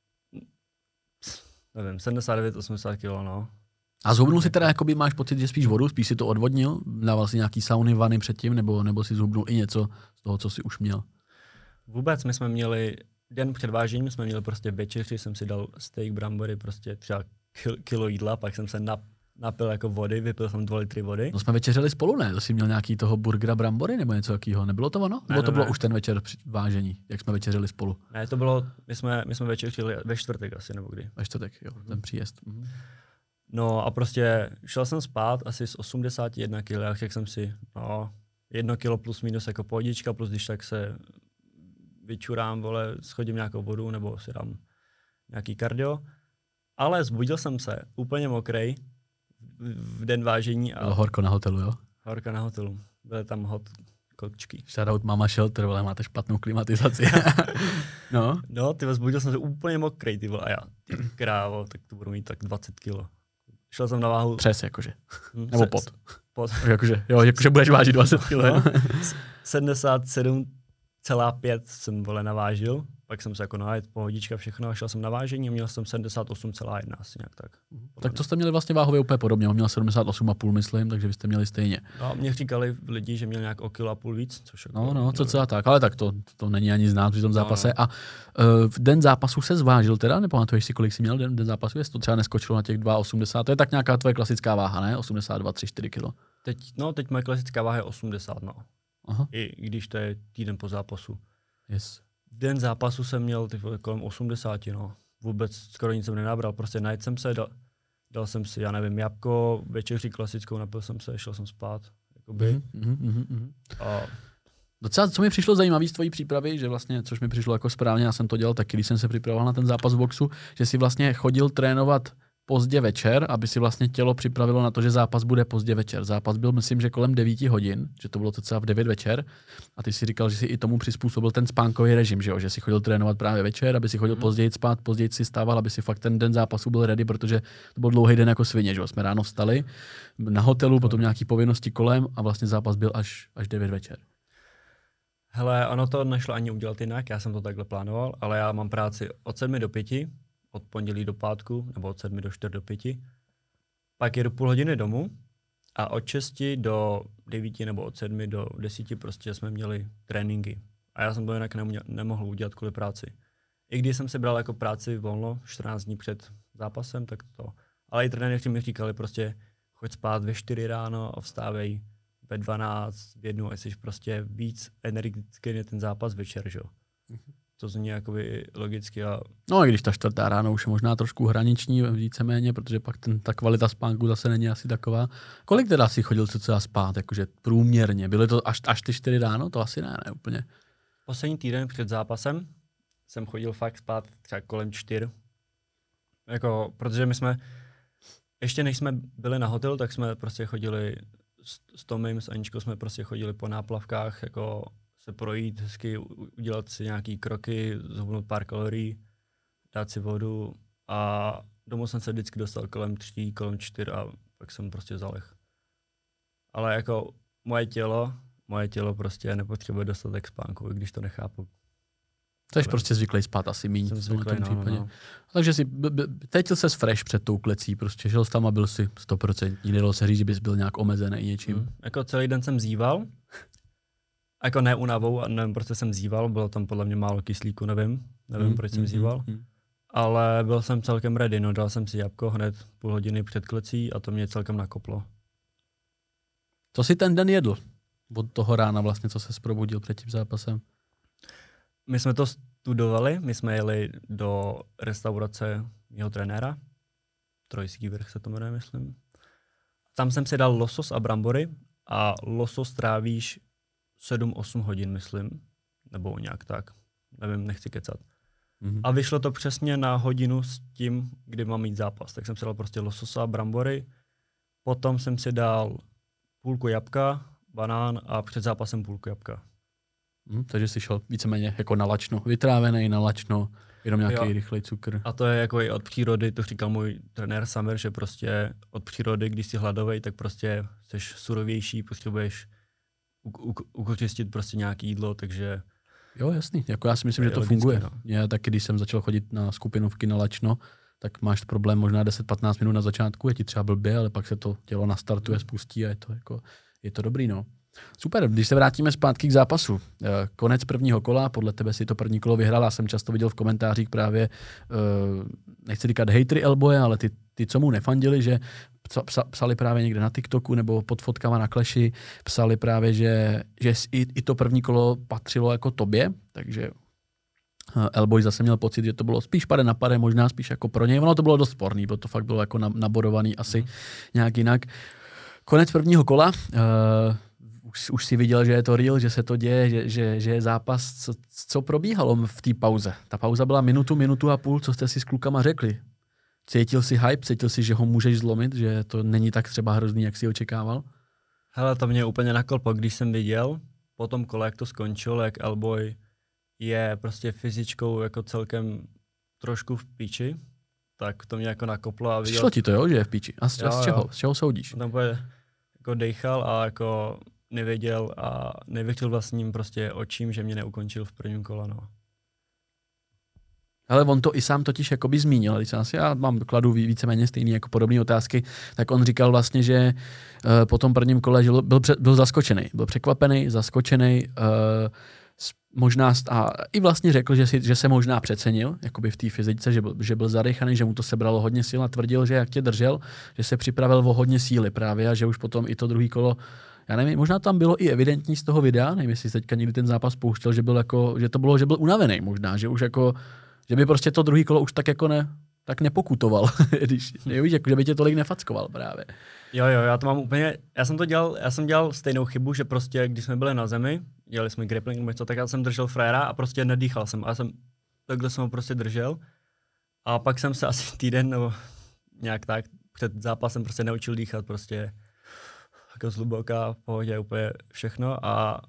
nevím, 79-80 kg, no.
A zhubnul si teda, jakoby máš pocit, že spíš vodu, spíš si to odvodnil? Dával si nějaký sauny, vany předtím, nebo si zhubnul i něco z toho, co si už měl?
Vůbec, my jsme měli, den před vážením jsme měli prostě večeři, jsem si dal steak, brambory, prostě třeba kilo jídla, pak jsem se napil jako vody, vypil jsem 2 litry vody.
No jsme večeřeli spolu, ne? To jsi měl nějaký toho burgera brambory nebo něco takového? Nebylo to ono? Nebo to bylo už ten večer při vážení, jak jsme večeřeli spolu?
Ne, to bylo, my jsme večeřili ve čtvrtek asi, nebo kdy.
Ve čtvrtek, jo, ten příjezd.
No a prostě šel jsem spát asi z 81 kg, a řekl jsem si, no, 1 kilo plus minus jako pohodička, plus když tak se vyčurám, vole, schodím nějakou vodu nebo si dám nějaký kardio. Ale zbudil jsem se úplně mokrej v den vážení.
Bylo horko na hotelu, jo?
Horko na hotelu. Byly tam hot kočky.
Shoutout Mama Shelter, vole, máte špatnou klimatizaci. No.
No, ty zbudil jsem se úplně mokrej, ty vole, a já, ty krávo, tak to budu mít tak 20 kilo. Šel jsem na váhu.
Přes, jakože. Nebo pod.
Jakože,
jo, jakože budeš vážit 20 kg. No.
77,5 jsem, vole, navážil. Pak jsem se jako najet, pohodička, všechno, a šel jsem na vážení a měl jsem 78,1 asi nějak tak.
Tak to jste měli vlastně váhově úplně podobně, on měl 78,5 myslím, takže vy jste měli stejně.
No, mě říkali lidi, že měl nějak o 1,5 kg víc, což jako...
No, co tak, ale tak to není ani znát při tom zápase. No. A v den zápasu se zvážil teda, nepamatuješ si, kolik jsi měl den zápasu, jestli to třeba neskočilo na těch 2,80, to je tak nějaká tvoje klasická váha, ne? 82, 3, 4 kilo.
Teď moje klasická váha je 80, no.
Aha.
I když to je týden po zápasu.
Yes.
V den zápasu jsem měl kolem 80, no. Vůbec skoro nic jsem nenabral, prostě najet jsem se, dal jsem si, já nevím, jabko, večeři klasickou, napil jsem se, šel jsem spát. Jakoby. A
docela, co mi přišlo zajímavé z tvojí přípravy, že vlastně, což mi přišlo jako správně, já jsem to dělal taky, když jsem se připravoval na ten zápas v boxu, že si vlastně chodil trénovat pozdě večer, aby si vlastně tělo připravilo na to, že zápas bude pozdě večer. Zápas byl, myslím, že kolem 9 hodin, že to bylo třeba v 9 večer. A ty si říkal, že si i tomu přizpůsobil ten spánkový režim, že si chodil trénovat právě večer, aby si chodil později spát, později si stával, aby si fakt ten den zápasu byl ready, protože to byl dlouhý den jako svině, že jsme ráno vstali na hotelu, potom nějaký povinnosti kolem a vlastně zápas byl až 9 večer.
Hele, ono to nešlo ani udělat jinak, já jsem to takhle plánoval, ale já mám práci od 7 do 5, od pondělí do pátku, nebo od 7 do 4 do 5. Pak jedu půl hodiny domů a od 6 do 9 nebo od 7 do 10 prostě jsme měli tréninky. A já jsem to jinak nemohl udělat kvůli práci. I když jsem si bral jako práci volno 14 dní před zápasem, tak to. Ale i trenéři mi říkali prostě choď spát ve 4 ráno a vstávej ve 12, v 1, a jsi prostě víc energický na ten zápas večer, že jo. To zní jakoby logicky.
No a když ta 4. ráno už je možná trošku hraniční víceméně, protože pak ta kvalita spánku zase není asi taková. Kolik teda si chodil cca spát, jakože průměrně? Byly to až ty 4 ráno? To asi ne úplně.
Poslední týden před zápasem jsem chodil fakt spát třeba kolem 4. Jako, protože my jsme, ještě než jsme byli na hotelu, tak jsme prostě chodili s Tomem, s Aničkou jsme prostě chodili po náplavkách, jako se projít hezky, udělat si nějaký kroky, zhubnout pár kalorií, dát si vodu a domů jsem se vždycky dostal kolem 3, kolem 4 a pak jsem prostě zaleh. Ale jako moje tělo prostě nepotřebuje dostatek spánku, i když to nechápu.
Jsi prostě zvyklý spát asi míň. No. Takže si cítil ses fresh před tou klecí, prostě žil jsi tam a byl si 100%. Nedalo se říct, že bys byl nějak omezený něčím.
Jako celý den jsem zíval, jako ne únavou, a nevím, proč jsem zíval, bylo tam podle mě málo kyslíku, nevím proč jsem zíval. Ale byl jsem celkem ready, no, dal jsem si jabko hned půl hodiny před klecí a to mě celkem nakoplo.
Co jsi ten den jedl? Od toho rána vlastně, co se probudil před tím zápasem?
My jsme to studovali, my jsme jeli do restaurace mého trenéra, Trojský vrch se to jmenuje, myslím. Tam jsem si dal losos a brambory a losos trávíš 7-8 hodin, myslím, nebo nějak tak, nevím, nechci kecat. A vyšlo to přesně na hodinu s tím, kdy mám mít zápas. Tak jsem si dal prostě lososa a brambory, potom jsem si dal půlku jabka, banán a před zápasem půlku jabka.
Takže jsi šel víceméně jako na lačno, vytrávený na lačno, jenom nějaký rychlej cukr.
A to je jako i od přírody, to říkal můj trenér Samir, že prostě od přírody, když jsi hladovej, tak prostě jsi surovější, potřebuješ ukočistit prostě nějaký jídlo, takže...
Jo, jasný, jako já si myslím, že to funguje. No. Já taky, když jsem začal chodit na skupinovky na lačno, tak máš problém možná 10-15 minut na začátku, je ti třeba blbě, ale pak se to tělo nastartuje, spustí a je to dobrý, no. Super, když se vrátíme zpátky k zápasu. Konec prvního kola, podle tebe si to první kolo vyhrál, já jsem často viděl v komentářích právě, nechci říkat hejtry Elboje, ale ty, co mu nefandili, že psali právě někde na TikToku nebo pod fotkama na Clashi, psali právě, že i to první kolo patřilo jako tobě, takže Elboj zase měl pocit, že to bylo spíš pade na pade, možná spíš jako pro něj. Ono to bylo dost sporný, protože to fakt bylo jako nabodovaný asi nějak jinak. Konec prvního kola, už si viděl, že je to real, že se to děje, že je zápas. Co probíhalo v té pauze? Ta pauza byla minutu a půl, co jste si s klukama řekli? Cítil si hype, cítil si, že ho můžeš zlomit, že to není tak třeba hrozný, jak si očekával?
Hele, to mě úplně nakoplo, když jsem viděl po tom kole, jak to skončilo, jak Elboj je prostě fyzičkou jako celkem trošku v píči, tak to mě jako nakoplo. A viděl...
Přišlo ti to, jo, že je v píči? A z čeho? Z čeho soudíš?
Tam jako dejchal a jako nevěděl a nevěřil vlastním prostě očím, že mě neukončil v prvním kole, no.
Ale on to i sám totiž jakoby zmínil, když já kladu víceméně stejný jako podobné otázky, tak on říkal vlastně, že po tom prvním kole že byl zaskočený, byl překvapený, zaskočený, možná a i vlastně řekl, že se možná přecenil jakoby v té fyzice, že byl zadechaný, že mu to sebralo hodně sil a tvrdil, že jak tě držel, že se připravil o hodně síly právě a že už potom i to druhý kolo, já nevím, možná tam bylo i evidentní z toho videa, nevím, jestli teďka někdy ten zápas pouštěl, že byl unavený možná, že už jako že by prostě to druhý kolo už tak jako tak nepokutoval, když víš, jako, že by tě tolik nefackoval právě.
Jo, já to mám úplně, já jsem dělal stejnou chybu, že prostě, když jsme byli na zemi, dělali jsme grappling nebo něco, tak já jsem držel frajera a prostě nedýchal jsem. A takhle jsem ho prostě držel. A pak jsem se asi týden nebo nějak tak před zápasem prostě naučil dýchat prostě jako zhluboka, v pohodě úplně všechno. A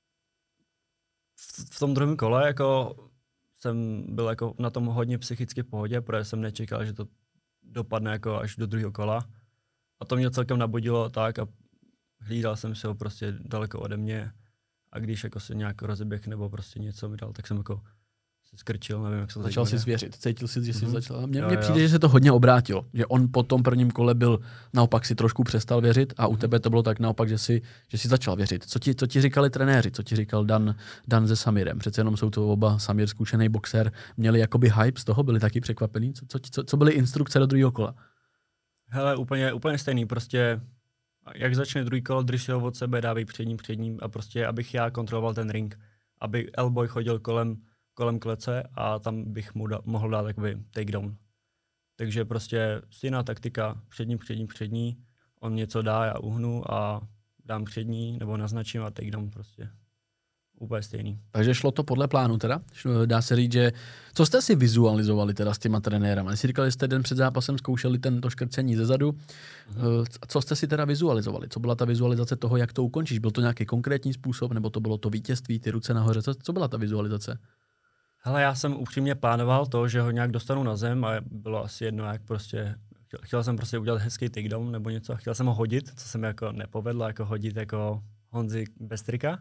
v tom druhém kole jako jsem byl jako na tom hodně psychicky v pohodě, protože jsem nečekal, že to dopadne jako až do druhého kola. A to mě celkem nabudilo tak a hlídal jsem se ho prostě daleko ode mě. A když jako se nějak rozeběh nebo prostě něco mi dal, tak jsem jako se skrčil, nevím, jak se to
začal si zvěřit, cítil si, že jsi začal. Mně přijde, že se to hodně obrátilo, že on po tom prvním kole byl, naopak si trošku přestal věřit a u tebe to bylo tak naopak, že jsi začal věřit. Co ti říkali trenéři, co ti říkal Dan se Samirem? Přece jenom jsou to oba, Samir zkušený boxer, měli jakoby hype z toho, byli taky překvapení. Co byly instrukce do druhého kola?
Hele, úplně stejný, prostě jak začne druhý kolo, drž si ho od sebe, dávej předním a prostě abych já kontroloval ten ring, aby Elboj chodil kolem klece a tam bych mu mohl dát takový takedown. Takže prostě stejná taktika, přední, on něco dá, já uhnu a dám přední nebo naznačím a takedown prostě. Úplně stejný.
Takže šlo to podle plánu teda? Dá se říct, že... Co jste si vizualizovali teda s těma trenérama? Jsi říkali, jste den před zápasem zkoušeli to škrcení ze zadu. Co jste si teda vizualizovali? Co byla ta vizualizace toho, jak to ukončíš? Byl to nějaký konkrétní způsob, nebo to bylo to vítězství, ty ruce nahoře? Co byla ta vizualizace?
Hele, já jsem upřímně plánoval to, že ho nějak dostanu na zem a bylo asi jedno, jak prostě... Chtěl jsem prostě udělat hezký takedown nebo něco. Chtěl jsem ho hodit, co se mi jako nepovedlo, jako hodit jako Honzi bez trika.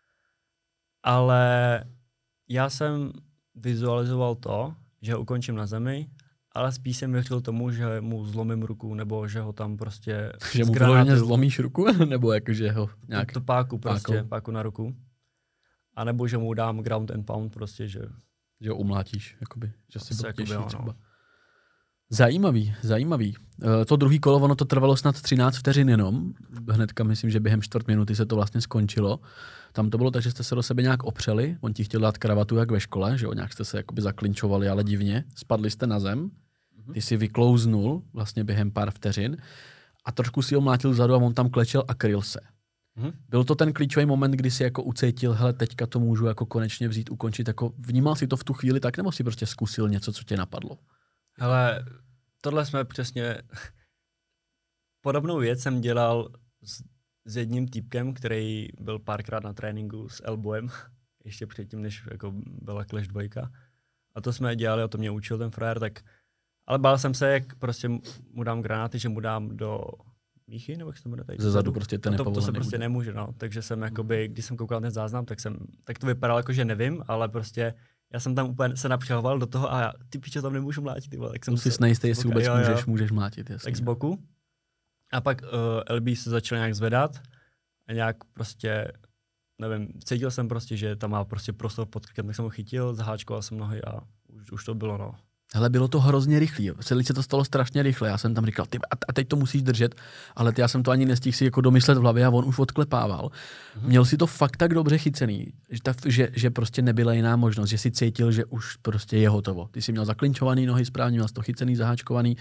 Ale já jsem vizualizoval to, že ho ukončím na zemi, ale spíš jsem věřil tomu, že mu zlomím ruku, nebo že ho tam prostě...
Že mu vyloženě zlomíš ruku? Nebo jako, že ho nějak...
To páku na ruku. A nebo že mu dám ground and pound prostě, že...
Že ho umlátíš, jakoby, že si byl těžší třeba.
No.
Zajímavý. To druhý kolo, ono to trvalo snad 13 vteřin jenom. Hnedka myslím, že během 4 minuty se to vlastně skončilo. Tam to bylo tak, že jste se do sebe nějak opřeli, on ti chtěl dát kravatu jak ve škole, že jo, nějak jste se jakoby zaklinčovali, ale divně. Spadli jste na zem, ty si vyklouznul vlastně během pár vteřin a trošku si ho mlátil vzadu a on tam klečel a kryl se. Byl to ten klíčový moment, kdy si jako ucítil, hele, teďka to můžu jako konečně vzít, ukončit, jako vnímal si to v tu chvíli tak, nebo si prostě zkusil něco, co tě napadlo?
Hele, tohle jsme přesně... Podobnou věc jsem dělal s jedním týpkem, který byl párkrát na tréninku s Elbojem. ještě předtím, než jako byla Clash 2. A to jsme dělali, a to mě učil ten frajer, tak ale bál jsem se, jak prostě mu dám granáty, že mu dám do míchy, nebo jak se to jmenuje tady?
Zezadu prostě ten
to se prostě nemůže, no. Takže jsem jakoby, když jsem koukal na ten záznam, tak to vypadalo jako, že nevím, ale prostě já jsem tam úplně se napřehoval do toho a ty pičo, tam nemůžu mlátit, ty vole. Tak jsem
si nejistý, jestli vůbec můžeš mlátit, jasně.
Tak z boku. A pak LB se začal nějak zvedat a nějak prostě, nevím, cítil jsem prostě, že tam má prostě prostor pod krkem, tak jsem ho chytil, zaháčkoval jsem nohy a už to bylo, no.
Hele, bylo to hrozně rychlý, celý se to stalo strašně rychle, já jsem tam říkal, ty, a teď to musíš držet, ale já jsem to ani nestihl si jako domyslet v hlavě a on už odklepával. Měl si to fakt tak dobře chycený, že prostě nebyla jiná možnost, že si cítil, že už prostě je hotovo. Ty jsi měl zaklinčovaný nohy správně, měl jsi to chycený, zaháčkovaný.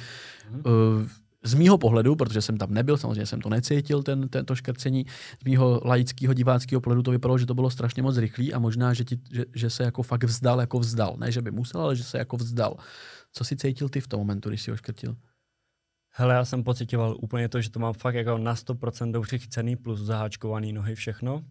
Z mýho pohledu, protože jsem tam nebyl, samozřejmě jsem to necítil, tento škrcení, z mýho laického diváckého pohledu to vypadalo, že to bylo strašně moc rychlý a možná, že se jako fakt vzdal. Ne, že by musel, ale že se jako vzdal. Co si cítil ty v tom momentu, když si ho škrtil?
Hele, já jsem pocitoval úplně to, že to mám fakt jako na 100% dobře chycený plus zaháčkovaný nohy, všechno.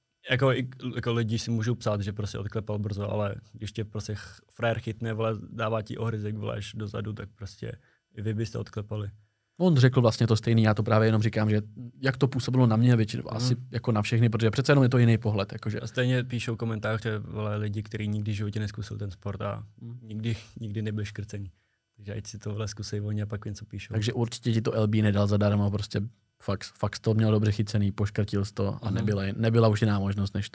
Jako lidi si můžou psát, že prostě odklepal brzo, ale když tě prostě frajer chytne, vole, dává ti ohryzek, voláš dozadu, tak prostě i vy byste odklepali.
On řekl vlastně to stejný, já to právě jenom říkám, že jak to působilo na mě, většinou asi jako na všechny, protože přece jenom je to jiný pohled. Jakože.
A stejně píšou komentáře lidi, kteří nikdy v životě neskusil ten sport a nikdy nebyli škrcení. Takže ať si tohle zkusej oni a pak něco píšou.
Takže určitě ti to LB nedal zadarmo, prostě fakt to měl dobře chycený, poškrtil to a nebyla už jiná možnost, než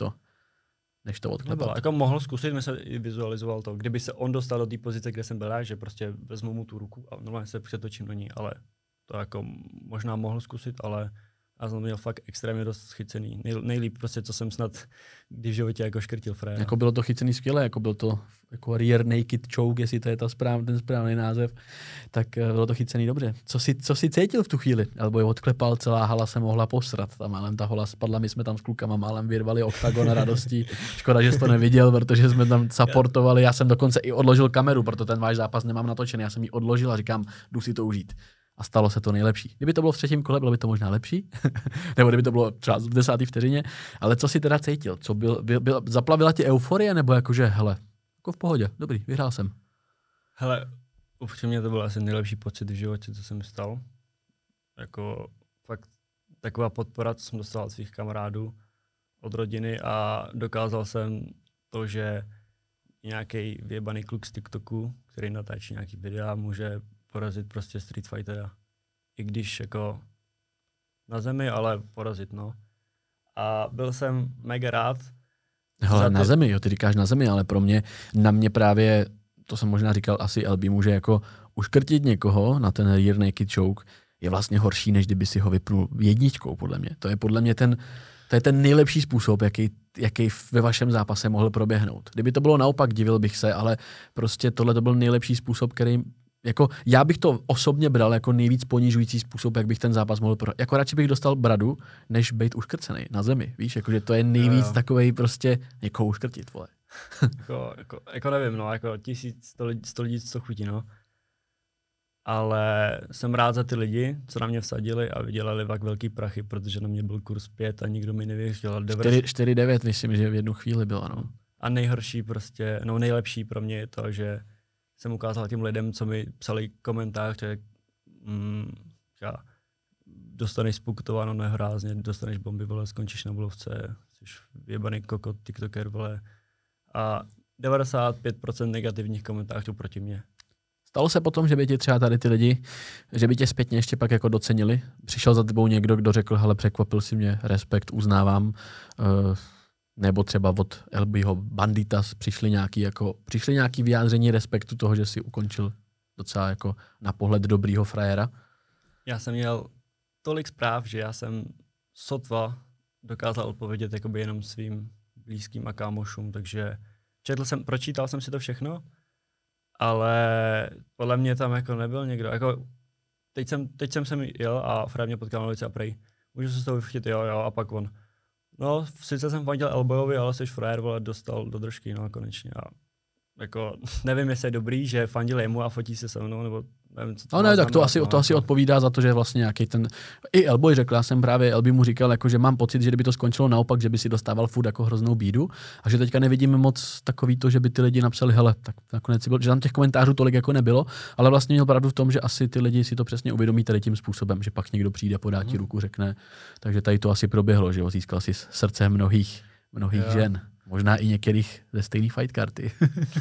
to odklepat.
Nebyla. Jako mohl zkusit, my se vizualizoval to, kdyby se on dostal do té pozice, kde jsem byl, že prostě vezmu mu tu ruku a normálně se přetočím do ní, ale to jako možná mohl zkusit, ale já jsem měl fakt extrémně dost chycený. Nejlíp prostě, co jsem snad kdy v životě jako škrtil frajer.
Jako bylo to chycený skvěle, jako byl to jako rear naked choke, jestli to je ten správný název, tak bylo to chycený dobře. Co si cítil v tu chvíli? Alebo je odklepal, celá hala se mohla posrat. Tam málem ta hola spadla, my jsme tam s klukama málem vyrvali oktagon radostí. Škoda, že jsi to neviděl, protože jsme tam supportovali. Já jsem dokonce i odložil kameru, proto ten váš zápas nemám natočený. Já jsem ji odložil a říkám, jdu si to užít. A stalo se to nejlepší. Kdyby to bylo v třetím kole, bylo by to možná lepší. Nebo kdyby to bylo třeba v 10. vteřině. Ale co si teda cítil? Co zaplavila ti euforie, nebo jakože, hele, jako v pohodě, dobrý, vyhrál jsem.
Hele, upřímně to byl asi nejlepší pocit v životě, co jsem stal. Jako fakt taková podpora, co jsem dostal od svých kamarádů, od rodiny a dokázal jsem to, že nějaký vyjebaný kluk z TikToku, který natáčí nějaký videa, může porazit prostě Street Fightera. I když jako na zemi, ale porazit, no. A byl jsem mega rád.
Hele, na zemi, jo, ty říkáš na zemi, ale na mě právě, to jsem možná říkal, asi LB může jako uškrtit někoho na ten rear naked choke, je vlastně horší, než kdyby si ho vypnul jedničkou, podle mě. To je podle mě ten nejlepší způsob, jaký ve vašem zápase mohl proběhnout. Kdyby to bylo naopak, divil bych se, ale prostě tohle to byl nejlepší způsob, který jako já bych to osobně bral jako nejvíc ponižující způsob, jak bych ten zápas mohl jako radši bych dostal bradu, než být uškrcený na zemi. Víš, jakože to je nejvíc takovej prostě někoho uškrtit, vole.
jako nevím, no, jako 100 lidí, co chutí, no. Ale jsem rád za ty lidi, co na mě vsadili a vydělali tak velký prachy, protože na mě byl kurz 5 a nikdo mi nevěřil.
4,9 myslím, že v jednu chvíli bylo, no.
A nejhorší prostě, no nejlepší pro mě je to, že jsem ukázal těm lidem, co mi psali komentáře, dostaneš spokutováno nehorázně, dostaneš bomby, vole, skončíš na bulovce, jsi vyjebaný kokot, tiktoker, vole. A 95% negativních komentářů proti mně.
Stalo se potom, že by ti třeba tady ty lidi, že by tě zpětně ještě pak jako docenili? Přišel za tebou někdo, kdo řekl, hele, překvapil si mě, respekt, uznávám, nebo třeba od LBho Banditas přišli nějaký vyjádření respektu toho, že si ukončil docela jako na pohled dobrýho frajera?
Já jsem měl tolik zpráv, že já jsem sotva dokázal odpovědět jakoby jenom svým blízkým a kámošům, takže pročítal jsem si to všechno, ale podle mě tam jako nebyl někdo. Jako, teď jsem sem jel a frajer mě potkal na ulici a prej, můžu se s toho vyfotit, jo, a pak on. No, sice jsem fandil Elbojovi, ale jsi frajer, vole, dostal do držky, no, konečně. A jako nevím, jestli je dobrý, že fandil jemu a fotí se se mnou, nebo nevím, co to
No
má
ne, tak to
znamenat,
asi odpovídá za to, že vlastně nějaký ten... I Elboy řekl, já jsem právě Elby mu říkal, jako, že mám pocit, že kdyby to skončilo naopak, že by si dostával furt jako hroznou bídu a že teďka nevidíme moc takový to, že by ty lidi napsali, hele, tak nakonec si byl, že tam těch komentářů tolik jako nebylo, ale vlastně měl pravdu v tom, že asi ty lidi si to přesně uvědomí tady tím způsobem, že pak někdo přijde, podá ti ruku, řekne, takže tady to asi proběhlo, že získal si srdce mnohých žen, možná i některých ze stejné fight karty.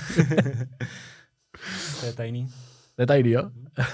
To je tajný.
To je tajný, jo?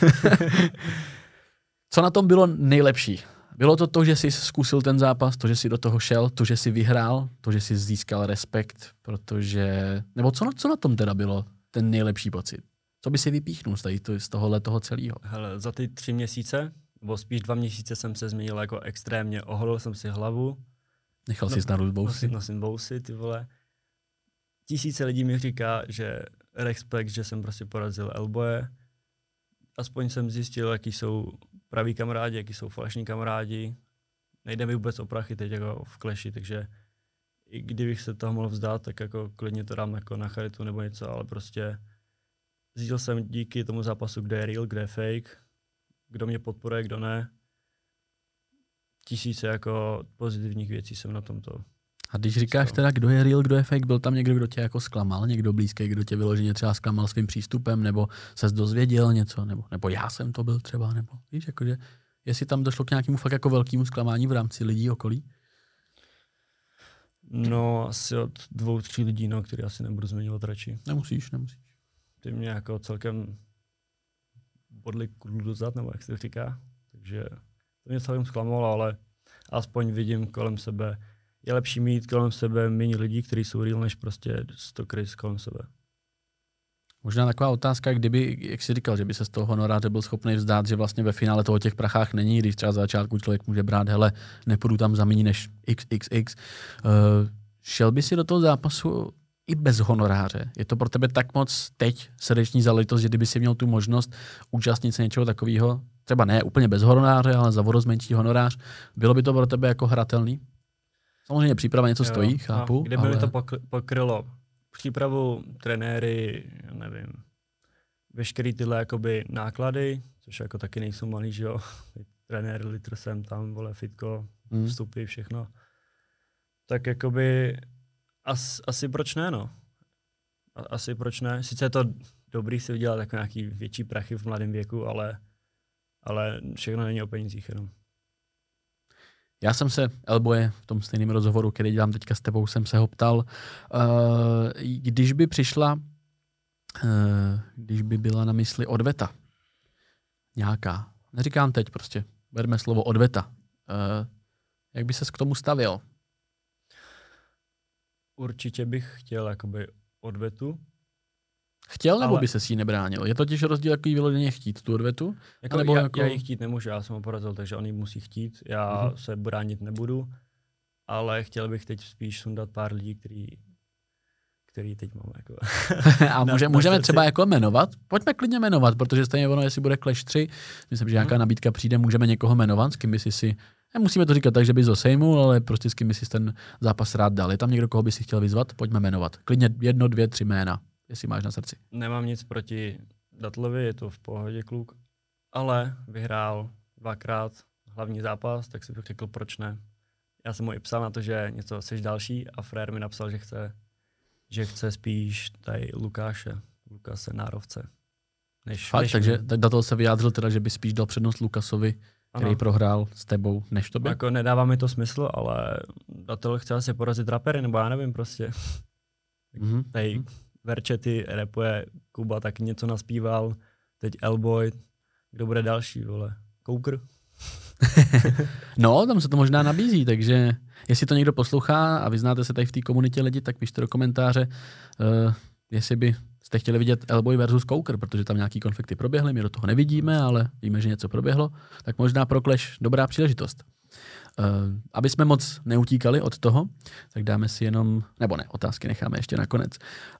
Co na tom bylo nejlepší? Bylo to, že jsi zkusil ten zápas, to, že jsi do toho šel, to, že jsi vyhrál, to, že jsi získal respekt, protože... Nebo co na tom teda bylo ten nejlepší pocit? Co by si vypíchnul z toho celého?
Hele, za ty 3 měsíce, nebo spíš 2 měsíce jsem se změnil jako extrémně. Oholil jsem si hlavu.
Nechal jsi snad bousy?
Nosím bousy, ty vole. Tisíce lidí mi říká, že respekt, že jsem prostě porazil Elboje. Aspoň jsem zjistil, jaký jsou praví kamarádi, jaký jsou falešní kamarádi. Nejde mi vůbec o prachy teď jako v Clashi, takže i kdybych se toho mohl vzdát, tak jako klidně to dám jako na charitu nebo něco, ale prostě zjistil jsem díky tomu zápasu, kde je real, kde je fake, kdo mě podporuje, kdo ne. Tisíce jako pozitivních věcí jsem na tomto.
A když říkáš teda, kdo je real, kdo je fake, byl tam někdo, kdo tě jako zklamal, někdo blízký, kdo tě vyloženě třeba zklamal svým přístupem, nebo ses dozvěděl něco, nebo já jsem to byl třeba, nebo víš, jakože, jestli tam došlo k nějakému fakt jako velkému zklamání v rámci lidí okolí?
No, asi od 2-3 lidí, no, který asi nebudu zmiňovat radši.
Nemusíš.
Ty mě jako celkem bodli kůl dozad, nebo jak se to říká, takže to mě celkem zklamalo, ale aspoň vidím kolem sebe. Je lepší mít kolem sebe méně lidí, kteří jsou real, než prostě 100 krys kolem sebe.
Možná taková otázka, kdyby, jak jsi říkal, že by se z toho honoráře byl schopný vzdát, že vlastně ve finále toho těch prachách není, když třeba za začátku člověk může brát, hele, nepůjdu tam za méně než XXX. Šel by si do toho zápasu i bez honoráře? Je to pro tebe tak moc teď srdeční záležitost, že kdyby si měl tu možnost účastnit se něčeho takového, třeba ne úplně bez honoráře, ale za menší honorář, bylo by to pro tebe jako hratelný? Samozřejmě příprava něco stojí, chápu.
No, kdyby mi to pokrylo přípravu, trenéry, nevím, veškerý tyhle jakoby náklady, což jako taky nejsou malý, že jo, trenér, litr sem tam, vole, fitko, vstupy, všechno. Tak jakoby asi proč ne, no. Asi proč ne. Sice je to dobrý si vydělat jako nějaký větší prachy v mladém věku, ale všechno není o penězích jenom.
Já jsem se Elboje v tom stejném rozhovoru, který dělám teďka s tebou, jsem se ho ptal, když by přišla, když by byla na mysli odveta, nějaká, neříkám teď prostě, berme slovo odveta, jak by ses k tomu stavěl?
Určitě bych chtěl jakoby odvetu.
Chtěl, nebo by se s jí nebránil? Je totiž rozdíl, jaký vyloženě chtít tu odvetu?
Já ji chtít nemůžu, já jsem ho porazil, takže on ji musí chtít. Já se bránit nebudu, ale chtěl bych teď spíš sundat pár lidí, který teď mám jako.
A můžeme třeba jako jmenovat? Pojďme klidně jmenovat, protože stejně ono, jestli bude Clash 3, myslím, že nějaká nabídka přijde, můžeme někoho jmenovat, s kým by si nemusíme to říkat tak, že by zosejmul, ale prostě s kým by si ten zápas rád dal. Je tam někdo, koho by si chtěl vyzvat? Pojďme jmenovat. Klidně 1, 2, 3 jména, jestli máš na srdci.
Nemám nic proti Datlovi, je to v pohodě kluk, ale vyhrál 2krát hlavní zápas, tak si bych řekl, proč ne. Já jsem mu i psal na to, že něco chceš další a Frér mi napsal, že chce spíš tady Lukase Nárovce.
Takže Datl se vyjádřil teda, že by spíš dal přednost Lukasovi, který prohrál s tebou, než tobě?
Jako nedává mi to smysl, ale Datl chce asi porazit rapery, nebo já nevím prostě. Tady Verčety rapuje, Kuba taky něco naspíval, teď Elboy, kdo bude další, vole? Koukr?
No, tam se to možná nabízí, takže jestli to někdo poslouchá a vy znáte se tady v té komunitě lidi, tak pište do komentáře, jestli by jste chtěli vidět Elboy versus Koukr, protože tam nějaký konflikty proběhly, my do toho nevidíme, ale víme, že něco proběhlo, tak možná pro Clash dobrá příležitost. Aby jsme moc neutíkali od toho, tak dáme si jenom, nebo ne, otázky necháme ještě nakonec.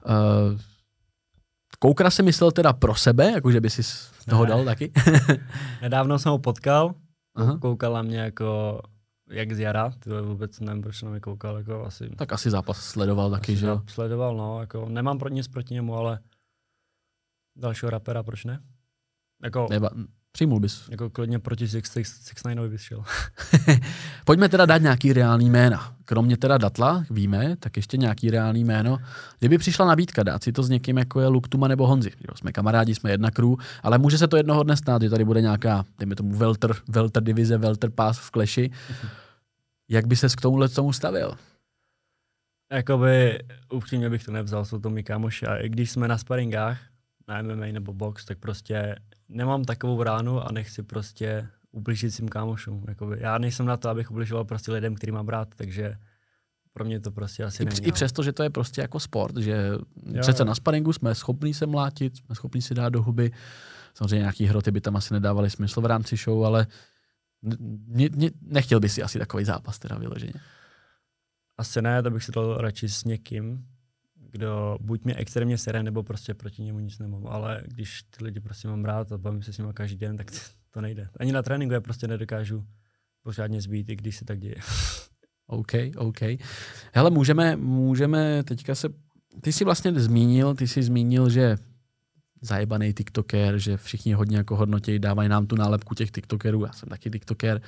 Koukra si myslel teda pro sebe, jakože by si toho dal taky?
Nedávno jsem ho potkal, koukal na mě jako jak z jara, to vůbec nevím, proč jsem koukal, jako asi.
Tak asi zápas sledoval taky, že jo?
Sledoval, no, jako nemám nic proti němu, ale dalšího rapera, proč ne? Jako,
přijmul bys.
Jako klidně proti 6ix9ine bys šel.
Pojďme teda dát nějaký reálný jména. Kromě teda Datla, víme, tak ještě nějaký reálný jméno. Kdyby přišla nabídka dát si to s někým, jako je Luktuma nebo Honzi. Jo, jsme kamarádi, jsme jedna crew, ale může se to jednoho dne stát, že tady bude nějaká, dejme tomu welter divize, welter pass v Clashi. Jak by ses k tomu stavil?
Jakoby upřímně bych to nevzal, jsou to mý kámoši. A i když jsme na sparingách, na MMA nebo box, tak prostě nemám takovou ránu a nechci prostě ubližit svým kámošům. Jakoby, já nejsem na to, abych ubližoval prostě lidem, který mám rád, takže pro mě to prostě asi není.
I přesto, že to je prostě jako sport, že přece na sparingu jsme schopní se mlátit, jsme schopní si dát do huby. Samozřejmě nějaký hroty by tam asi nedávaly smysl v rámci show, ale nechtěl by si asi takový zápas teda vyloženě.
Asi ne, to bych si dal radši s někým, kdo buď mě extrémně sere, nebo prostě proti němu nic nemám. Ale když ty lidi prostě mám rád a bavím se s nimi každý den, tak to nejde. Ani na tréninku já prostě nedokážu pořádně zbít, i když se tak děje.
OK. Hele, můžeme teďka se... Ty jsi zmínil, že zajebaný tiktoker, že všichni hodně jako hodnotějí, dávají nám tu nálepku těch tiktokerů, já jsem taky tiktoker.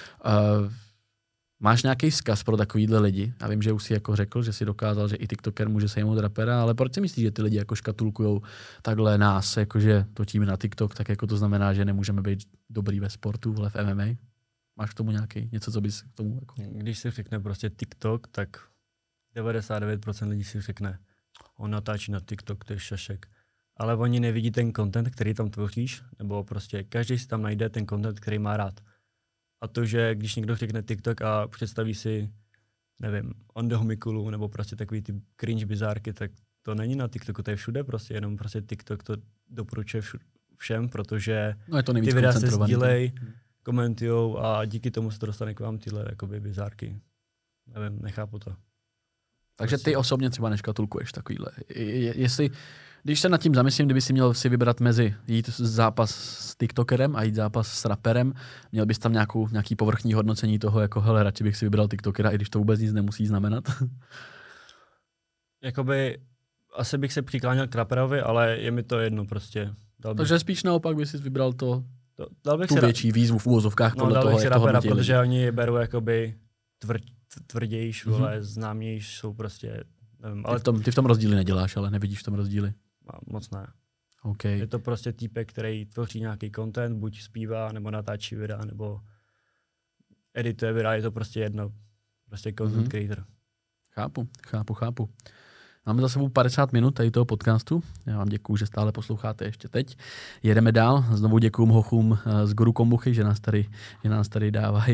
Máš nějaký vzkaz pro takovýhle lidi? Já vím, že už si jako řekl, že si dokázal, že i tiktoker může sejmout rapera, ale proč si myslíš, že ty lidi jako škatulkujou takhle nás, jakože točíme na TikTok, tak jako to znamená, že nemůžeme být dobrý ve sportu, vole v MMA? Máš k tomu něco, co bys k tomu jako...
Když si řekne prostě TikTok, tak 99% lidí si řekne, on natáčí na TikTok, to je šašek. Ale oni nevidí ten content, který tam tvoříš, nebo prostě každý si tam najde ten content, který má rád. A to, že když někdo řekne TikTok a představí si, nevím, Ondoho Mikulu, nebo prostě takový ty cringe bizárky, tak to není na TikToku, to je všude prostě, jenom prostě TikTok to doporučuje všem, protože ty videa se sdílej, komentujou a díky tomu se to dostane k vám tyhle jakoby bizárky. Nevím, nechápu to.
Takže ty osobně třeba neškatulkuješ takovýhle. Když se nad tím zamyslím, kdyby si měl si vybrat mezi jít zápas s tiktokerem a jít zápas s raperem, měl bys tam nějaký povrchní hodnocení toho, jako hele, radši bych si vybral tiktokera, i když to vůbec nic nemusí znamenat?
Jakoby, asi bych se přikláněl k raperovi, ale je mi to jedno prostě.
Takže spíš naopak bys si vybral tu větší výzvu v uvozovkách podle toho, jak to hodnotí.
Protože oni berou jakoby tvrdější, známější, jsou prostě, nevím. Ale
ty v tom rozdíly neděláš, ale nevidíš v tom rozdíly.
Moc ne.
Okay.
Je to prostě týpek, který tvoří nějaký content, buď zpívá, nebo natáčí videa, nebo edituje videa, je to prostě jedno. Prostě content creator.
Chápu. Máme za sebou 50 minut tady toho podcastu. Já vám děkuju, že stále posloucháte ještě teď. Jedeme dál. Znovu děkuju hochům z Guru Kombuchy, že nám tady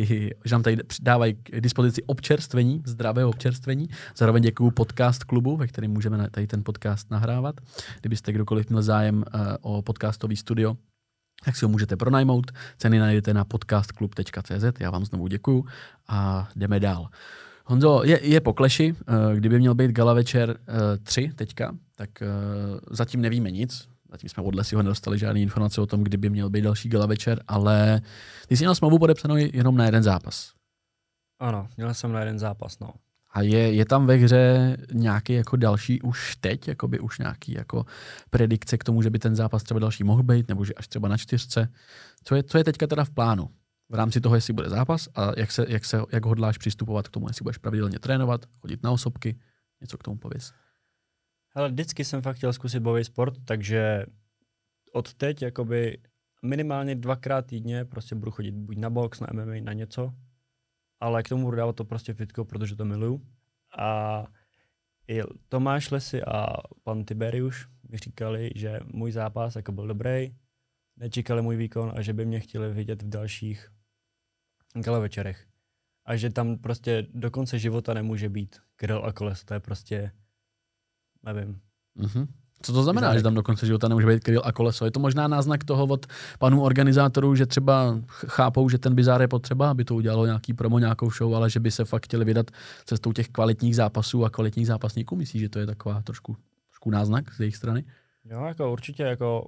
dávají k dispozici občerstvení, zdravé občerstvení. Zároveň děkuju podcast klubu, ve kterém můžeme tady ten podcast nahrávat. Kdybyste kdokoliv měl zájem o podcastový studio, tak si ho můžete pronajmout. Ceny najdete na podcastklub.cz. Já vám znovu děkuju a jdeme dál. Honzo, je po Clashi, kdyby měl být gala večer 3 teďka, tak zatím nevíme nic. Zatím jsme od Lesiho nedostali žádné informace o tom, kdyby měl být další gala večer, ale ty jsi měl smlouvu podepsanou jenom na jeden zápas.
Ano, měl jsem na jeden zápas, no.
A je tam ve hře nějaký jako další už teď, jakoby už nějaký jako predikce k tomu, že by ten zápas třeba další mohl být, nebo že až třeba na 4. Co je teďka teda v plánu? V rámci toho, jestli bude zápas a jak hodláš přistupovat k tomu, jestli budeš pravidelně trénovat, chodit na osobky, něco k tomu pověz.
Hele, vždycky jsem fakt chtěl zkusit bojový sport, takže od teď jakoby minimálně 2krát týdně prostě budu chodit buď na box, na MMA, na něco, ale k tomu budu dávat to prostě fitko, protože to miluju. A i Tomáš Lesy a pan Tiberiuš mi říkali, že můj zápas jako byl dobrý, nečekali můj výkon a že by mě chtěli vidět v dalších gala večerech. A že tam prostě do konce života nemůže být grill a koleso, to je prostě, nevím.
Mm-hmm. Co to znamená, že tam do konce života nemůže být grill a koleso? Je to možná náznak toho od panů organizátorů, že třeba chápou, že ten bizár je potřeba, aby to udělalo nějaký promo, nějakou show, ale že by se fakt chtěli vydat cestou těch kvalitních zápasů a kvalitních zápasníků? Myslíš, že to je taková trošku náznak z jejich strany?
Jo, jako určitě, jako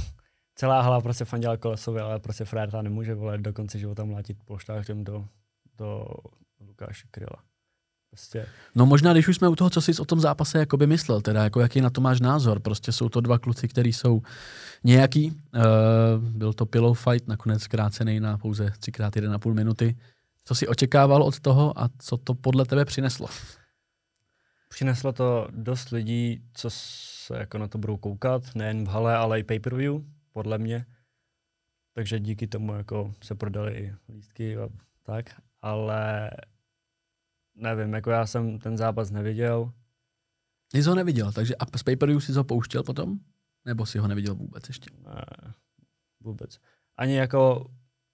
celá hala prostě fandila kolesovi, ale prostě frajer tam nemůže volet do konce života mlátit polštářem do to Lukáše Kryla. Prostě.
No možná, když už jsme u toho, co jsi o tom zápase jakoby myslel, teda jako jaký na to máš názor, prostě jsou to dva kluci, kteří jsou nějaký, byl to pillow fight, nakonec zkrácený na pouze 3x1,5 minuty. Co jsi očekával od toho a co to podle tebe přineslo?
Přineslo to dost lidí, co se jako na to budou koukat, nejen v hale, ale i pay-per-view, podle mě. Takže díky tomu jako se prodaly i lístky a tak, ale nevím, jako já jsem ten zápas neviděl.
Jsi ho neviděl, takže a z pay-per-view jsi ho pouštěl potom? Nebo jsi ho neviděl vůbec ještě?
Ne, vůbec. Ani jako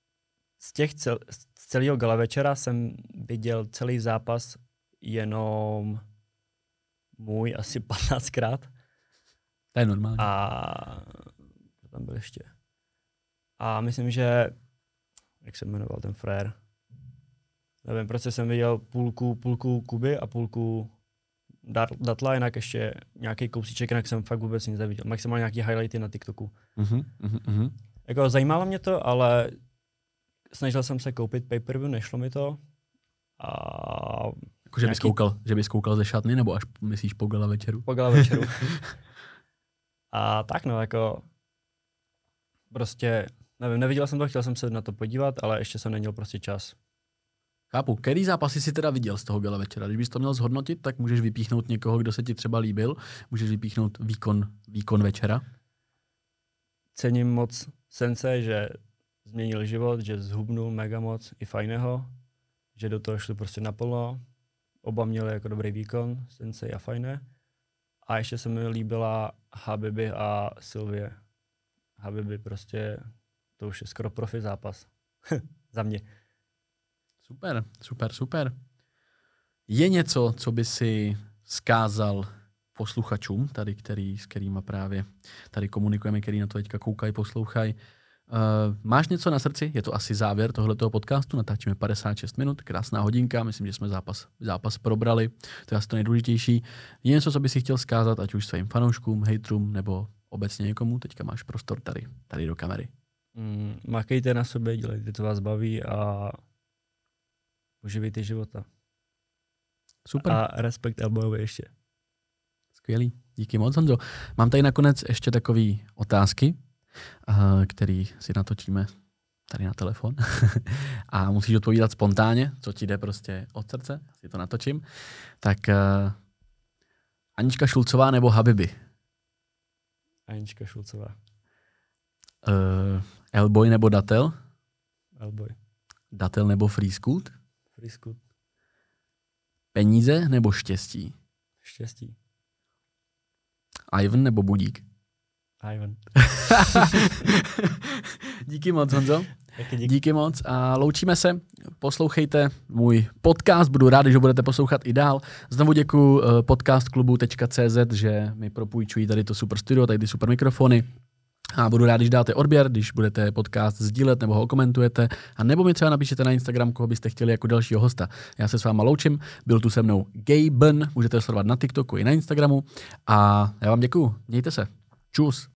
z celého gala večera jsem viděl celý zápas jenom můj asi 15krát.
To je normální.
A tam byl ještě. A myslím, že jak se jmenoval ten frér? Nevím, proč jsem viděl půlku Kuby a půlku Datla, jinak ještě nějaký kousíček, jinak jsem fakt vůbec nic neviděl. Maximálně nějaký highlighty na TikToku. Jako zajímalo mě to, ale snažil jsem se koupit pay-per-view, nešlo mi to. A
jako, že bys koukal ze šatny, nebo až myslíš po gala večeru?
Po gala večeru. A tak no, jako prostě, nevím, neviděl jsem to, chtěl jsem se na to podívat, ale ještě jsem neměl prostě čas.
Chápu. Který zápasy jsi teda viděl z toho gala večera? Když bys to měl zhodnotit, tak můžeš vypíchnout někoho, kdo se ti třeba líbil, můžeš vypíchnout výkon večera.
Cením moc Sensei, že změnil život, že zhubnul mega moc, i Fajného, že do toho šli prostě naplno. Oba měli jako dobrý výkon, Sensei a Fajné. A ještě se mi líbila Habibi a Sylvie. Habibi prostě, to už je skoro profi zápas. Za mě.
Super. Je něco, co by si vzkázal posluchačům, tady, s kterýma právě tady komunikujeme, který na to teďka koukají, poslouchají. Máš něco na srdci? Je to asi závěr tohletoho podcastu, natáčíme 56 minut, krásná hodinka, myslím, že jsme zápas probrali, to je asi to nejdůležitější. Je něco, co by si chtěl vzkázat, ať už svým fanouškům, hejtrům, nebo obecně někomu? Teďka máš prostor tady do kamery.
Makejte na sobě, dělejte, co vás baví a uživejte života.
Super.
A respekt Elbojovi ještě.
Skvělý, díky moc, Honzo. Mám tady nakonec ještě takové otázky, který si natočíme tady na telefon a musíš odpovídat spontánně, co ti jde prostě od srdce, si to natočím. Tak Anička Šulcová nebo Habibi?
Anička Šulcová.
Elboj nebo Datel?
Elboj.
Datel nebo Freescoot?
Freescoot.
Peníze nebo štěstí?
Štěstí.
Ivan nebo Budík?
Ivan.
Díky moc, Honzo. Díky moc a loučíme se. Poslouchejte můj podcast, budu rád, že budete poslouchat i dál. Znovu děkuji podcastklubu.cz, že mi propůjčují tady to super studio, tady ty super mikrofony. A budu rád, když dáte odběr, když budete podcast sdílet nebo ho komentujete, a nebo mi třeba napíšete na Instagram, koho byste chtěli jako dalšího hosta. Já se s váma loučím, byl tu se mnou Gaben, můžete sledovat na TikToku i na Instagramu a já vám děkuju. Mějte se. Čus.